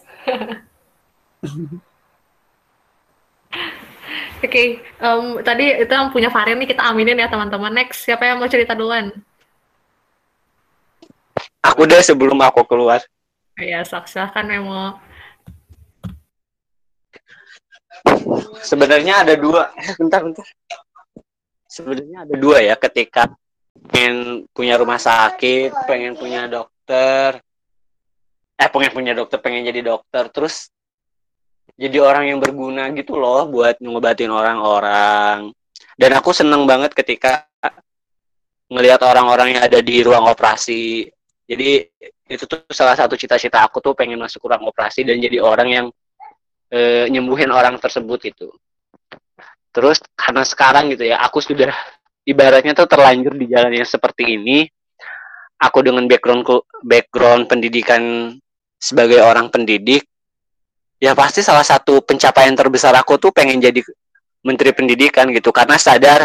Oke, tadi itu yang punya varian nih, kita aminin ya teman-teman. Next, siapa yang mau cerita duluan? Aku deh sebelum aku keluar. Ya, silahkan Memo. Sebenarnya ada dua. Bentar. Sebenarnya ada dua ya, ketika pengen punya rumah sakit, pengen punya dokter, pengen jadi dokter, terus jadi orang yang berguna gitu loh buat ngobatin orang-orang. Dan aku seneng banget ketika ngelihat orang-orang yang ada di ruang operasi. Jadi itu tuh salah satu cita-cita aku tuh, pengen masuk ruang operasi dan jadi orang yang nyembuhin orang tersebut gitu. Terus karena sekarang gitu ya, aku sudah ibaratnya tuh terlanjur di jalan yang seperti ini. Aku dengan background pendidikan sebagai orang pendidik, ya pasti salah satu pencapaian terbesar aku tuh pengen jadi menteri pendidikan gitu, karena sadar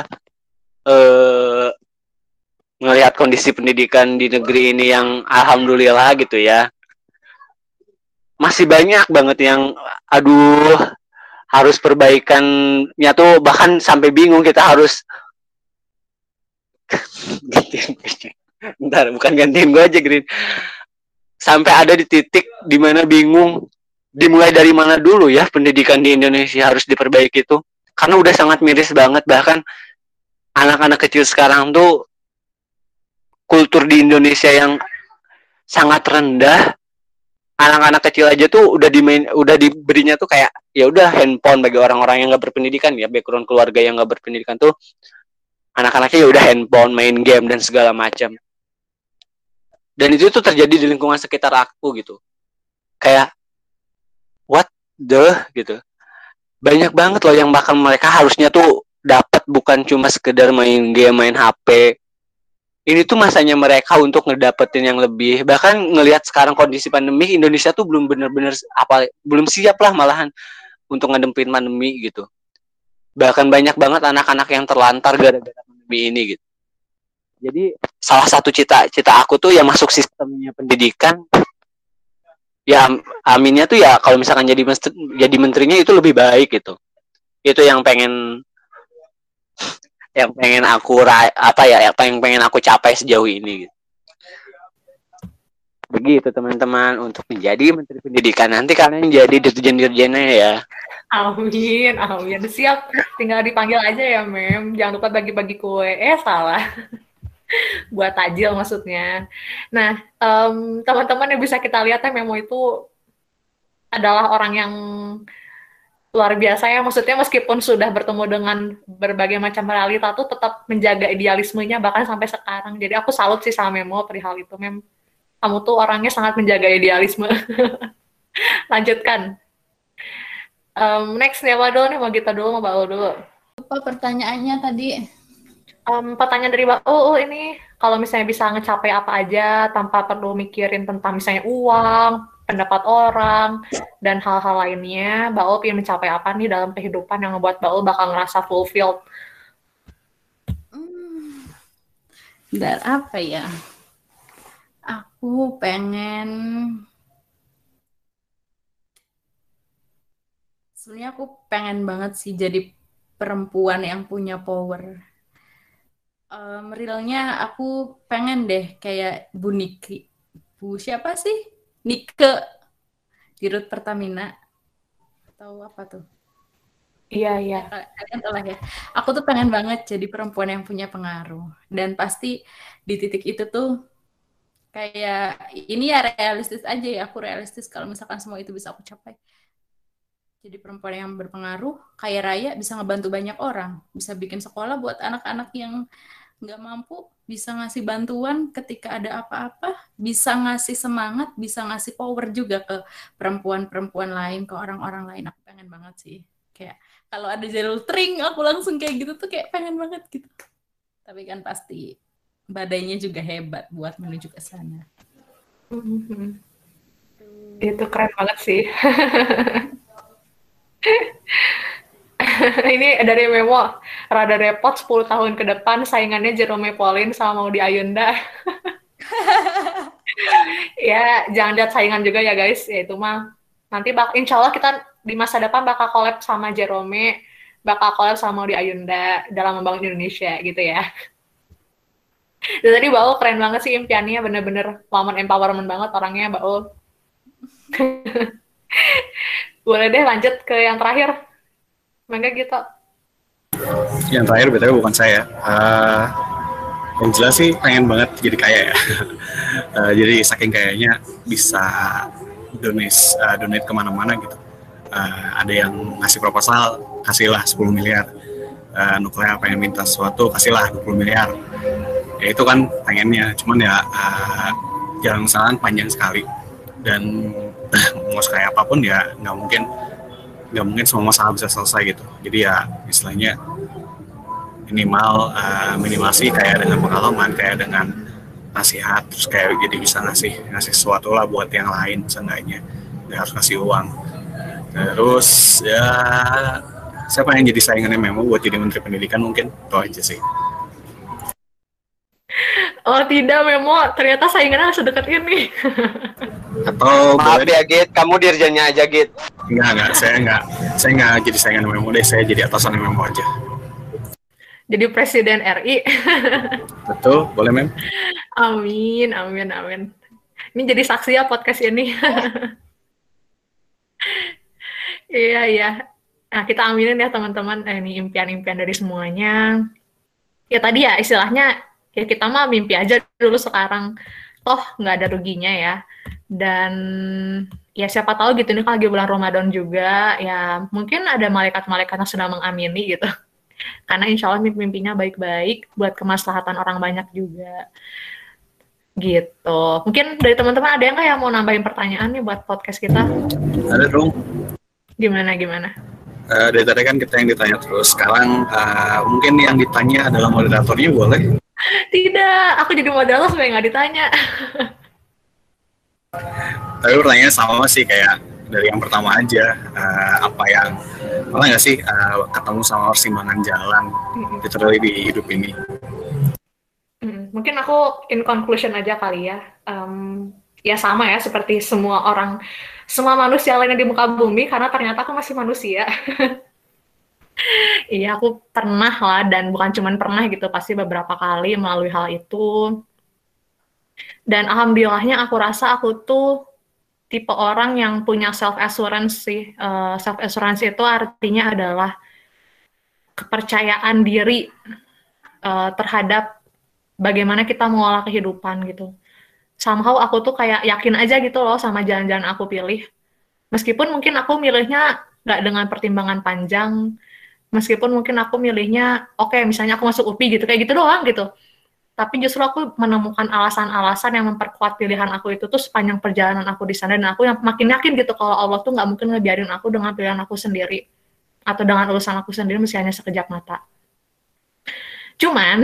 melihat kondisi pendidikan di negeri ini yang alhamdulillah gitu ya, masih banyak banget yang harus perbaikannya tuh, bahkan sampai bingung kita harus bentar, bukan gantiin gue aja, Green. Sampai ada di titik dimana bingung dimulai dari mana dulu ya pendidikan di Indonesia harus diperbaiki itu, karena udah sangat miris banget. Bahkan anak-anak kecil sekarang tuh kultur di Indonesia yang sangat rendah. Anak-anak kecil aja tuh udah diberinya tuh kayak ya udah handphone. Bagi orang-orang yang nggak berpendidikan ya, background keluarga yang nggak berpendidikan tuh, anak-anaknya ya udah handphone, main game dan segala macam. Dan itu tuh terjadi di lingkungan sekitar aku gitu. Kayak what the gitu. Banyak banget loh yang bakal mereka harusnya tuh dapat, bukan cuma sekedar main game, main HP. Ini tuh masanya mereka untuk ngedapetin yang lebih. Bahkan ngelihat sekarang kondisi pandemi, Indonesia tuh belum benar-benar belum siap lah malahan untuk ngadepin pandemi gitu. Bahkan banyak banget anak-anak yang terlantar gara-gara pandemi ini gitu. Jadi salah satu cita-cita aku tuh ya masuk sistemnya pendidikan. Ya aminnya tuh ya kalau misalkan jadi menterinya itu lebih baik gitu. Itu yang pengen aku pengen aku capai sejauh ini gitu. Begitu teman-teman, untuk menjadi menteri pendidikan nanti kalian jadi dirjen-dirjennya ya. Amin, amin. Siap, tinggal dipanggil aja ya, Mem. Jangan lupa bagi-bagi kue. Salah. Buat tajil maksudnya. Nah, teman-teman yang bisa kita lihat ya, Memo itu adalah orang yang luar biasa ya. Maksudnya meskipun sudah bertemu dengan berbagai macam realita tuh tetap menjaga idealismenya bahkan sampai sekarang. Jadi aku salut sih sama Memo perihal itu, Mem. Kamu tuh orangnya sangat menjaga idealisme. Lanjutkan. Next nih, apa dulu nih? Mau kita dulu, mau Mbak Ul dulu? Apa pertanyaannya tadi? Pertanyaan dari Mbak Ul ini, kalau misalnya bisa ngecapai apa aja tanpa perlu mikirin tentang misalnya uang, pendapat orang, dan hal-hal lainnya, Mbak Ul ingin mencapai apa nih dalam kehidupan yang membuat Mbak Ul bakal ngerasa fulfilled? Dan apa ya? Aku pengen... Sebenarnya aku pengen banget sih jadi perempuan yang punya power. Realnya aku pengen deh kayak Bu Nike. Bu siapa sih? Nike di Rut Pertamina. Tahu apa tuh? Iya. Kalian tahu lah ya. Aku tuh pengen banget jadi perempuan yang punya pengaruh. Dan pasti di titik itu tuh kayak ini ya realistis aja ya. Aku realistis kalau misalkan semua itu bisa aku capai. Jadi perempuan yang berpengaruh, kaya raya, bisa ngebantu banyak orang. Bisa bikin sekolah buat anak-anak yang nggak mampu, bisa ngasih bantuan ketika ada apa-apa, bisa ngasih semangat, bisa ngasih power juga ke perempuan-perempuan lain, ke orang-orang lain. Aku pengen banget sih. Kayak kalau ada jalur tring, aku langsung kayak gitu tuh kayak pengen banget gitu. Tapi kan pasti badainya juga hebat buat menuju ke sana. Itu keren banget sih. Ini dari Memo, rada repot 10 tahun ke depan saingannya Jerome Pauline sama Maudy Ayunda. Ya, jangan lihat saingan juga ya guys, ya itu mah. Nanti insya Allah kita di masa depan bakal collab sama Jerome, bakal collab sama Maudy Ayunda dalam membangun Indonesia gitu ya. Dan tadi Baul keren banget sih impiannya, bener-bener woman empowerment banget orangnya Baul. Boleh deh lanjut ke yang terakhir. Mangga gitu. Yang terakhir BTW bukan saya. Yang jelas sih pengen banget jadi kaya ya. Jadi saking kayaknya bisa donate kemana-mana gitu. Ada yang ngasih proposal, kasihlah 10 miliar. Nuklear pengen minta sesuatu, kasihlah 20 miliar. Ya itu kan pengennya, cuman ya jalan usahaan panjang sekali. Dan mau kayak apapun ya nggak mungkin semua masalah bisa selesai gitu. Jadi ya istilahnya minimal sih kayak dengan pengalaman, kayak dengan nasihat, terus kayak jadi bisa ngasih sesuatu lah buat yang lain seenggaknya, nggak harus ngasih uang. Terus ya siapa yang jadi saingannya Memo buat jadi Menteri Pendidikan mungkin, itu aja sih. Oh tidak Memo, ternyata saingannya sedekat ini. Atau Maaf ya Git, kamu dirjennya aja Git. Enggak, saya enggak jadi saingan Memo deh, saya jadi atasan Memo aja. Jadi Presiden RI. Betul, boleh Mem? Amin. Ini jadi saksi ya podcast ini. Iya. Nah, kita aminin ya teman-teman, ini impian-impian dari semuanya. Ya tadi ya istilahnya, ya kita mah mimpi aja dulu sekarang. Toh nggak ada ruginya ya. Dan ya siapa tahu gitu, ini kan lagi bulan Ramadan juga, ya mungkin ada malaikat-malaikat yang sedang mengamini gitu. Karena insya Allah mimpi-mimpinya baik-baik buat kemaslahatan orang banyak juga. Gitu. Mungkin dari teman-teman ada yang nggak yang mau nambahin pertanyaan nih buat podcast kita? Ada dong. Gimana? Dari tadi kan kita yang ditanya terus. Sekarang mungkin yang ditanya adalah moderatornya, boleh? Tidak, aku jadi moderator supaya nggak ditanya. Tapi pertanyaannya sama sih kayak dari yang pertama aja. Apa yang pernah nggak sih ketemu sama persimpangan jalan literally di hidup ini? Mungkin aku in conclusion aja kali ya. Ya sama ya seperti semua manusia lainnya di muka bumi, karena ternyata aku masih manusia. Iya, aku pernah lah, dan bukan cuma pernah gitu, pasti beberapa kali melalui hal itu. Dan alhamdulillahnya aku rasa aku tuh tipe orang yang punya self-assurance sih. Self-assurance itu artinya adalah kepercayaan diri terhadap bagaimana kita mengolah kehidupan gitu. Somehow aku tuh kayak yakin aja gitu loh sama jalan-jalan aku pilih. Meskipun mungkin aku milihnya nggak dengan pertimbangan panjang, meskipun mungkin aku milihnya, oke, misalnya aku masuk UPI gitu, kayak gitu doang gitu. Tapi justru aku menemukan alasan-alasan yang memperkuat pilihan aku itu tuh sepanjang perjalanan aku di sana, dan aku yang makin yakin gitu kalau Allah tuh nggak mungkin ngebiarin aku dengan pilihan aku sendiri atau dengan urusan aku sendiri meski hanya sekejap mata. Cuman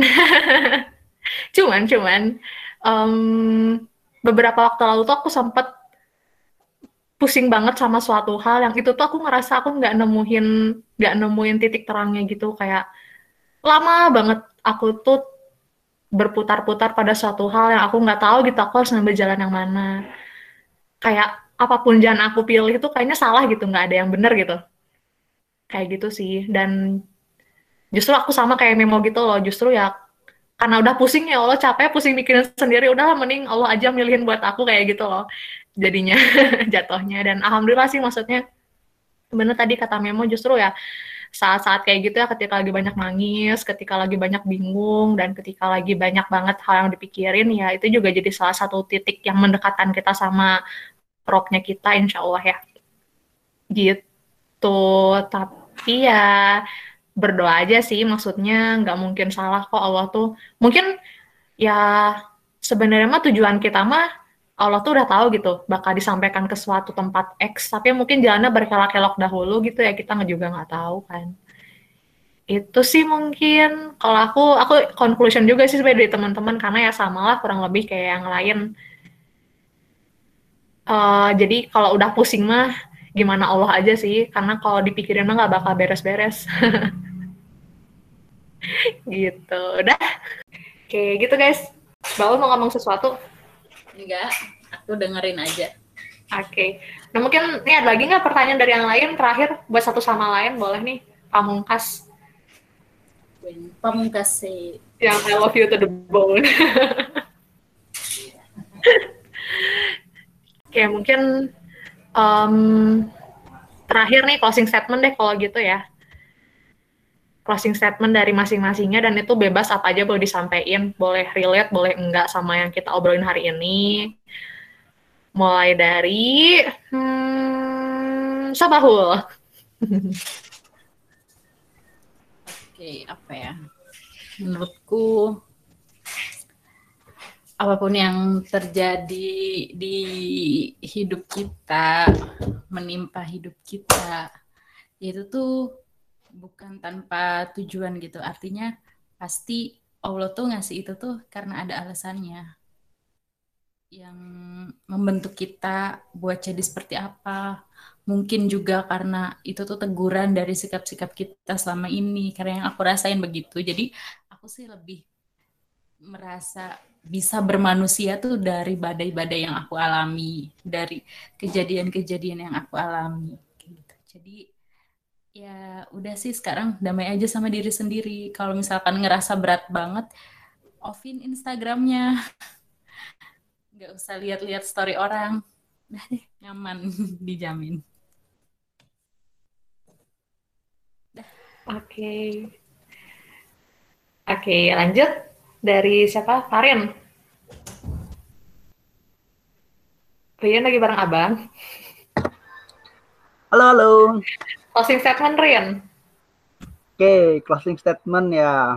beberapa waktu lalu tuh aku sempat pusing banget sama suatu hal yang itu tuh aku ngerasa aku nggak nemuin titik terangnya gitu, kayak lama banget aku tuh berputar-putar pada suatu hal yang aku nggak tahu gitu aku harus ngambil jalan yang mana. Kayak apapun jalan aku pilih itu kayaknya salah gitu, nggak ada yang benar gitu. Kayak gitu sih. Dan justru aku sama kayak Memo gitu loh, justru ya karena udah pusing ya Allah, capek pusing mikirin sendiri, udah mending Allah aja milihin buat aku kayak gitu loh jadinya. Jatuhnya. Dan alhamdulillah sih, maksudnya bener tadi kata Memo, justru ya saat-saat kayak gitu ya, ketika lagi banyak nangis, ketika lagi banyak bingung, dan ketika lagi banyak banget hal yang dipikirin, ya itu juga jadi salah satu titik yang mendekatkan kita sama rohnya kita, insya Allah ya. Gitu. Tapi ya berdoa aja sih, maksudnya nggak mungkin salah kok. Allah tuh mungkin ya sebenarnya mah tujuan kita mah Allah tuh udah tahu gitu bakal disampaikan ke suatu tempat X, tapi mungkin jalannya berkelok-kelok dahulu gitu ya, kita juga nggak tahu kan. Itu sih mungkin kalau aku conclusion juga sih sebenarnya dari teman-teman, karena ya samalah kurang lebih kayak yang lain. Jadi kalau udah pusing mah gimana Allah aja sih, karena kalau dipikirin mah nggak bakal beres-beres. Gitu. Udah. Oke, gitu guys. Baul mau ngomong sesuatu? Enggak, aku dengerin aja. Oke. Nah mungkin ini ada lagi nggak pertanyaan dari yang lain terakhir buat satu sama lain, boleh nih Pamungkas Pamungkas sih. yang I love you to the bone. Oke, mungkin terakhir nih closing statement deh kalau gitu ya. Closing statement dari masing-masingnya, dan itu bebas apa aja boleh disampaikan, boleh relate, boleh enggak sama yang kita obrolin hari ini. Mulai dari Sabahul. Oke, apa ya? Menurutku apapun yang terjadi di hidup kita, menimpa hidup kita, itu tuh bukan tanpa tujuan gitu. Artinya pasti Allah tuh ngasih itu tuh karena ada alasannya. Yang membentuk kita buat jadi seperti apa. Mungkin juga karena itu tuh teguran dari sikap-sikap kita selama ini. Karena yang aku rasain begitu. Jadi aku sih lebih merasa bisa bermanusia tuh dari badai-badai yang aku alami. Dari kejadian-kejadian yang aku alami. Gitu. Jadi ya udah sih sekarang damai aja sama diri sendiri. Kalau misalkan ngerasa berat banget, offin Instagramnya. Nggak usah lihat-lihat story orang. Udah deh, nyaman, dijamin. Oke. Oke, lanjut. Dari siapa? Farin. Rian lagi bareng abang. Halo, halo. Closing statement, Rian. Oke, closing statement ya.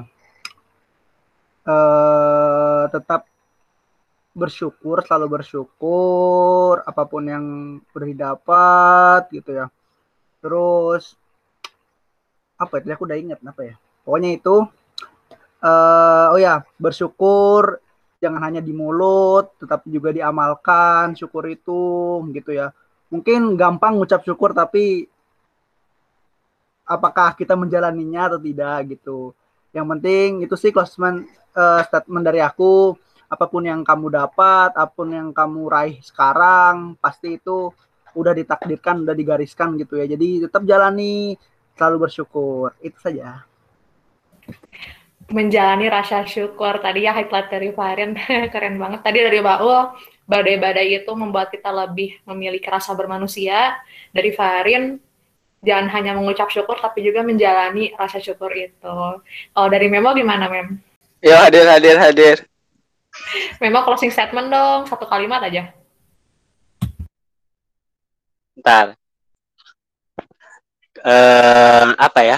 Tetap bersyukur, selalu bersyukur apapun yang udah didapat gitu ya. Terus apa itu? Aku udah ingat apa ya. Pokoknya itu oh ya, bersyukur jangan hanya di mulut, tetapi juga diamalkan syukur itu gitu ya. Mungkin gampang ngucap syukur tapi apakah kita menjalaninya atau tidak gitu. Yang penting itu sih closing statement dari aku. Apapun yang kamu dapat, apapun yang kamu raih sekarang, pasti itu udah ditakdirkan, udah digariskan gitu ya. Jadi tetap jalani, selalu bersyukur. Itu saja. Menjalani rasa syukur. Tadi ya highlight dari Farin. Keren banget. Tadi dari Baul, badai-badai itu membuat kita lebih memiliki rasa bermanusia. Dari Farin, jangan hanya mengucap syukur, tapi juga menjalani rasa syukur itu. Kalau dari Memo gimana, Mem? Yo, hadir. Memo closing statement dong, satu kalimat aja. Ntar. Apa ya?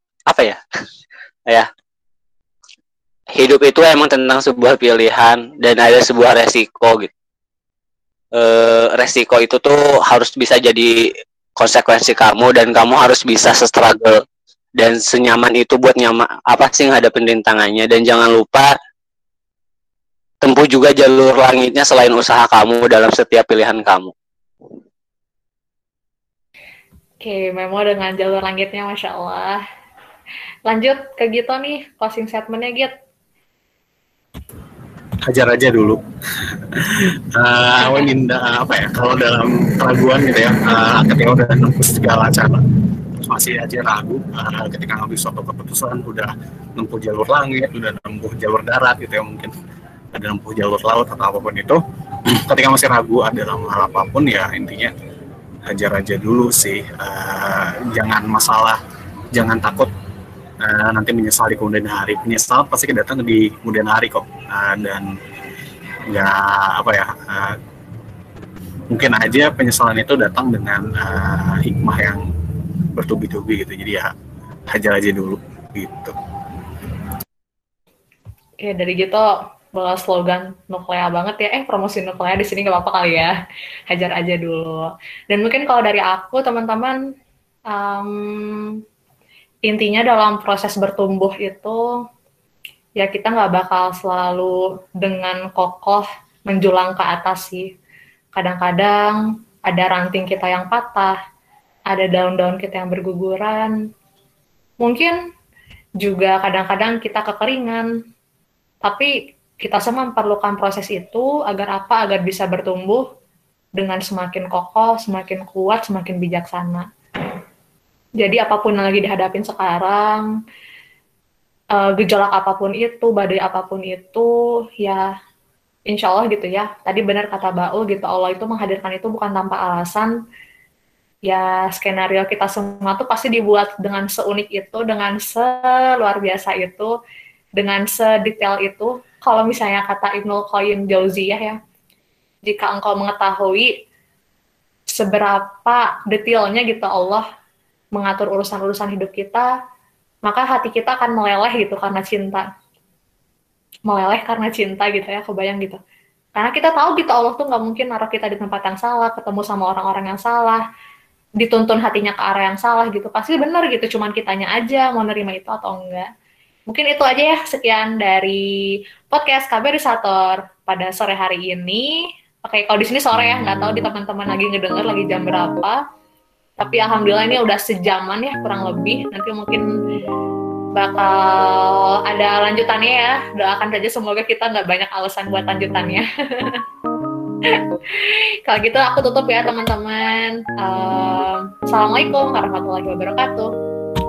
Ya. Hidup itu emang tentang sebuah pilihan dan ada sebuah resiko gitu. Resiko itu tuh harus bisa jadi konsekuensi kamu, dan kamu harus bisa struggle dan senyaman itu buat apa sih ngadepin rintangannya. Dan jangan lupa tempuh juga jalur langitnya selain usaha kamu dalam setiap pilihan kamu. Oke, Memo dengan jalur langitnya, Masya Allah. Lanjut ke Gito nih, closing statement-nya, Git. Hajar aja dulu. Apa ya, kalau dalam keraguan gitu ya, ketika udah nempuh segala cara, terus masih aja ragu, ketika ngambil suatu keputusan, udah nempuh jalur langit, udah nempuh jalur darat gitu ya, mungkin ada nempuh jalur laut atau apapun itu, ketika masih ragu dalam hal apapun ya intinya hajar aja dulu sih. Jangan jangan takut nanti menyesal di kemudian hari. Penyesalan pasti datang di kemudian hari kok. Dan mungkin aja penyesalan itu datang dengan hikmah yang bertubi-tubi gitu. Jadi ya hajar aja dulu gitu. Oke, dari Gito bawa slogan nuklea banget ya. Promosi nuklea di sini nggak apa-apa kali ya. Hajar aja dulu. Dan mungkin kalau dari aku, teman-teman, intinya dalam proses bertumbuh itu, ya kita nggak bakal selalu dengan kokoh menjulang ke atas sih. Kadang-kadang ada ranting kita yang patah, ada daun-daun kita yang berguguran. Mungkin juga kadang-kadang kita kekeringan, tapi kita semua memerlukan proses itu agar apa? Agar bisa bertumbuh dengan semakin kokoh, semakin kuat, semakin bijaksana. Jadi apapun yang lagi dihadapin sekarang, gejolak apapun itu, badai apapun itu, ya insya Allah gitu ya. Tadi benar kata Baul gitu, Allah itu menghadirkan itu bukan tanpa alasan. Ya skenario kita semua tuh pasti dibuat dengan seunik itu, dengan seluar biasa itu, dengan sedetail itu. Kalau misalnya kata Ibnul Qayyim Jauziyah ya, jika engkau mengetahui seberapa detailnya gitu Allah mengatur urusan-urusan hidup kita, maka hati kita akan meleleh gitu karena cinta. Meleleh karena cinta gitu ya, kebayang gitu. Karena kita tahu gitu Allah tuh nggak mungkin naruh kita di tempat yang salah, ketemu sama orang-orang yang salah, dituntun hatinya ke arah yang salah gitu, pasti benar gitu, cuman kitanya aja mau nerima itu atau enggak. Mungkin itu aja ya, sekian dari podcast Kabarisator pada sore hari ini. Oke, kalau di sini sore ya, nggak tahu di teman-teman lagi ngedenger lagi jam berapa, tapi alhamdulillah ini udah sejaman ya kurang lebih. Nanti mungkin bakal ada lanjutannya ya, doakan saja semoga kita nggak banyak alasan buat lanjutannya. Kalau gitu aku tutup ya teman-teman. Assalamualaikum warahmatullahi wabarakatuh.